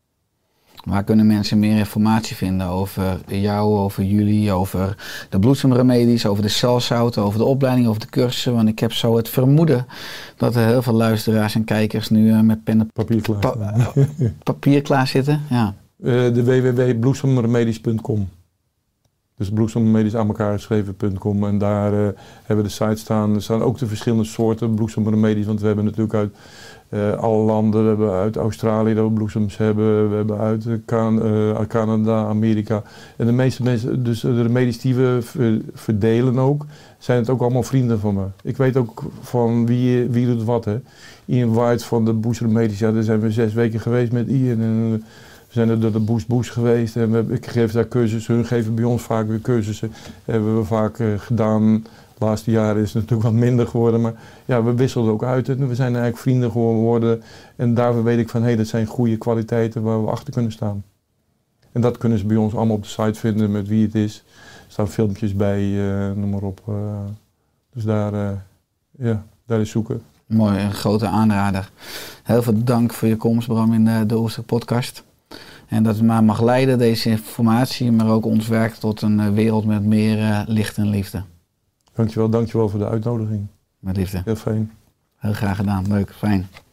Waar kunnen mensen meer informatie vinden over jou, over jullie, over de bloesemremedies, over de celzouten, over de opleiding, over de cursussen? Want ik heb zo het vermoeden dat er heel veel luisteraars en kijkers nu uh, met pen en papier klaar, pa- papier klaar zitten. Ja. Uh, de w w w punt bloesemremedies punt com. Dus bloesemremedies aan elkaar geschreven punt com. En daar uh, hebben we de site staan. Er staan ook de verschillende soorten bloesemremedies. Want we hebben natuurlijk uit uh, alle landen. We hebben uit Australië dat we bloesems hebben. We hebben uit uh, Can- uh, Canada, Amerika. En de meeste mensen, dus de remedies die we ver- verdelen ook, zijn het ook allemaal vrienden van me. Ik weet ook van wie, wie doet wat. Hè. Ian White van de bloesemremedies. Ja, daar zijn we zes weken geweest met Ian. En, we zijn er door de Boost Boost geweest en we, ik geef daar cursussen. Hun geven bij ons vaak weer cursussen. Hebben we vaak uh, gedaan. De laatste jaren is het natuurlijk wat minder geworden. Maar ja, we wisselden ook uit. En we zijn eigenlijk vrienden geworden. En daarvoor weet ik van, hé, hey, dat zijn goede kwaliteiten waar we achter kunnen staan. En dat kunnen ze bij ons allemaal op de site vinden met wie het is. Er staan filmpjes bij, uh, noem maar op. Uh, dus daar, uh, ja, daar is zoeken. Mooi, een grote aanrader. Heel veel dank voor je komst, Bram, in de, de Oersterk podcast. En dat het maar mag leiden, deze informatie, maar ook ons werk tot een wereld met meer uh, licht en liefde. Dankjewel, dankjewel voor de uitnodiging. Met liefde. Heel fijn. Heel graag gedaan, leuk, fijn.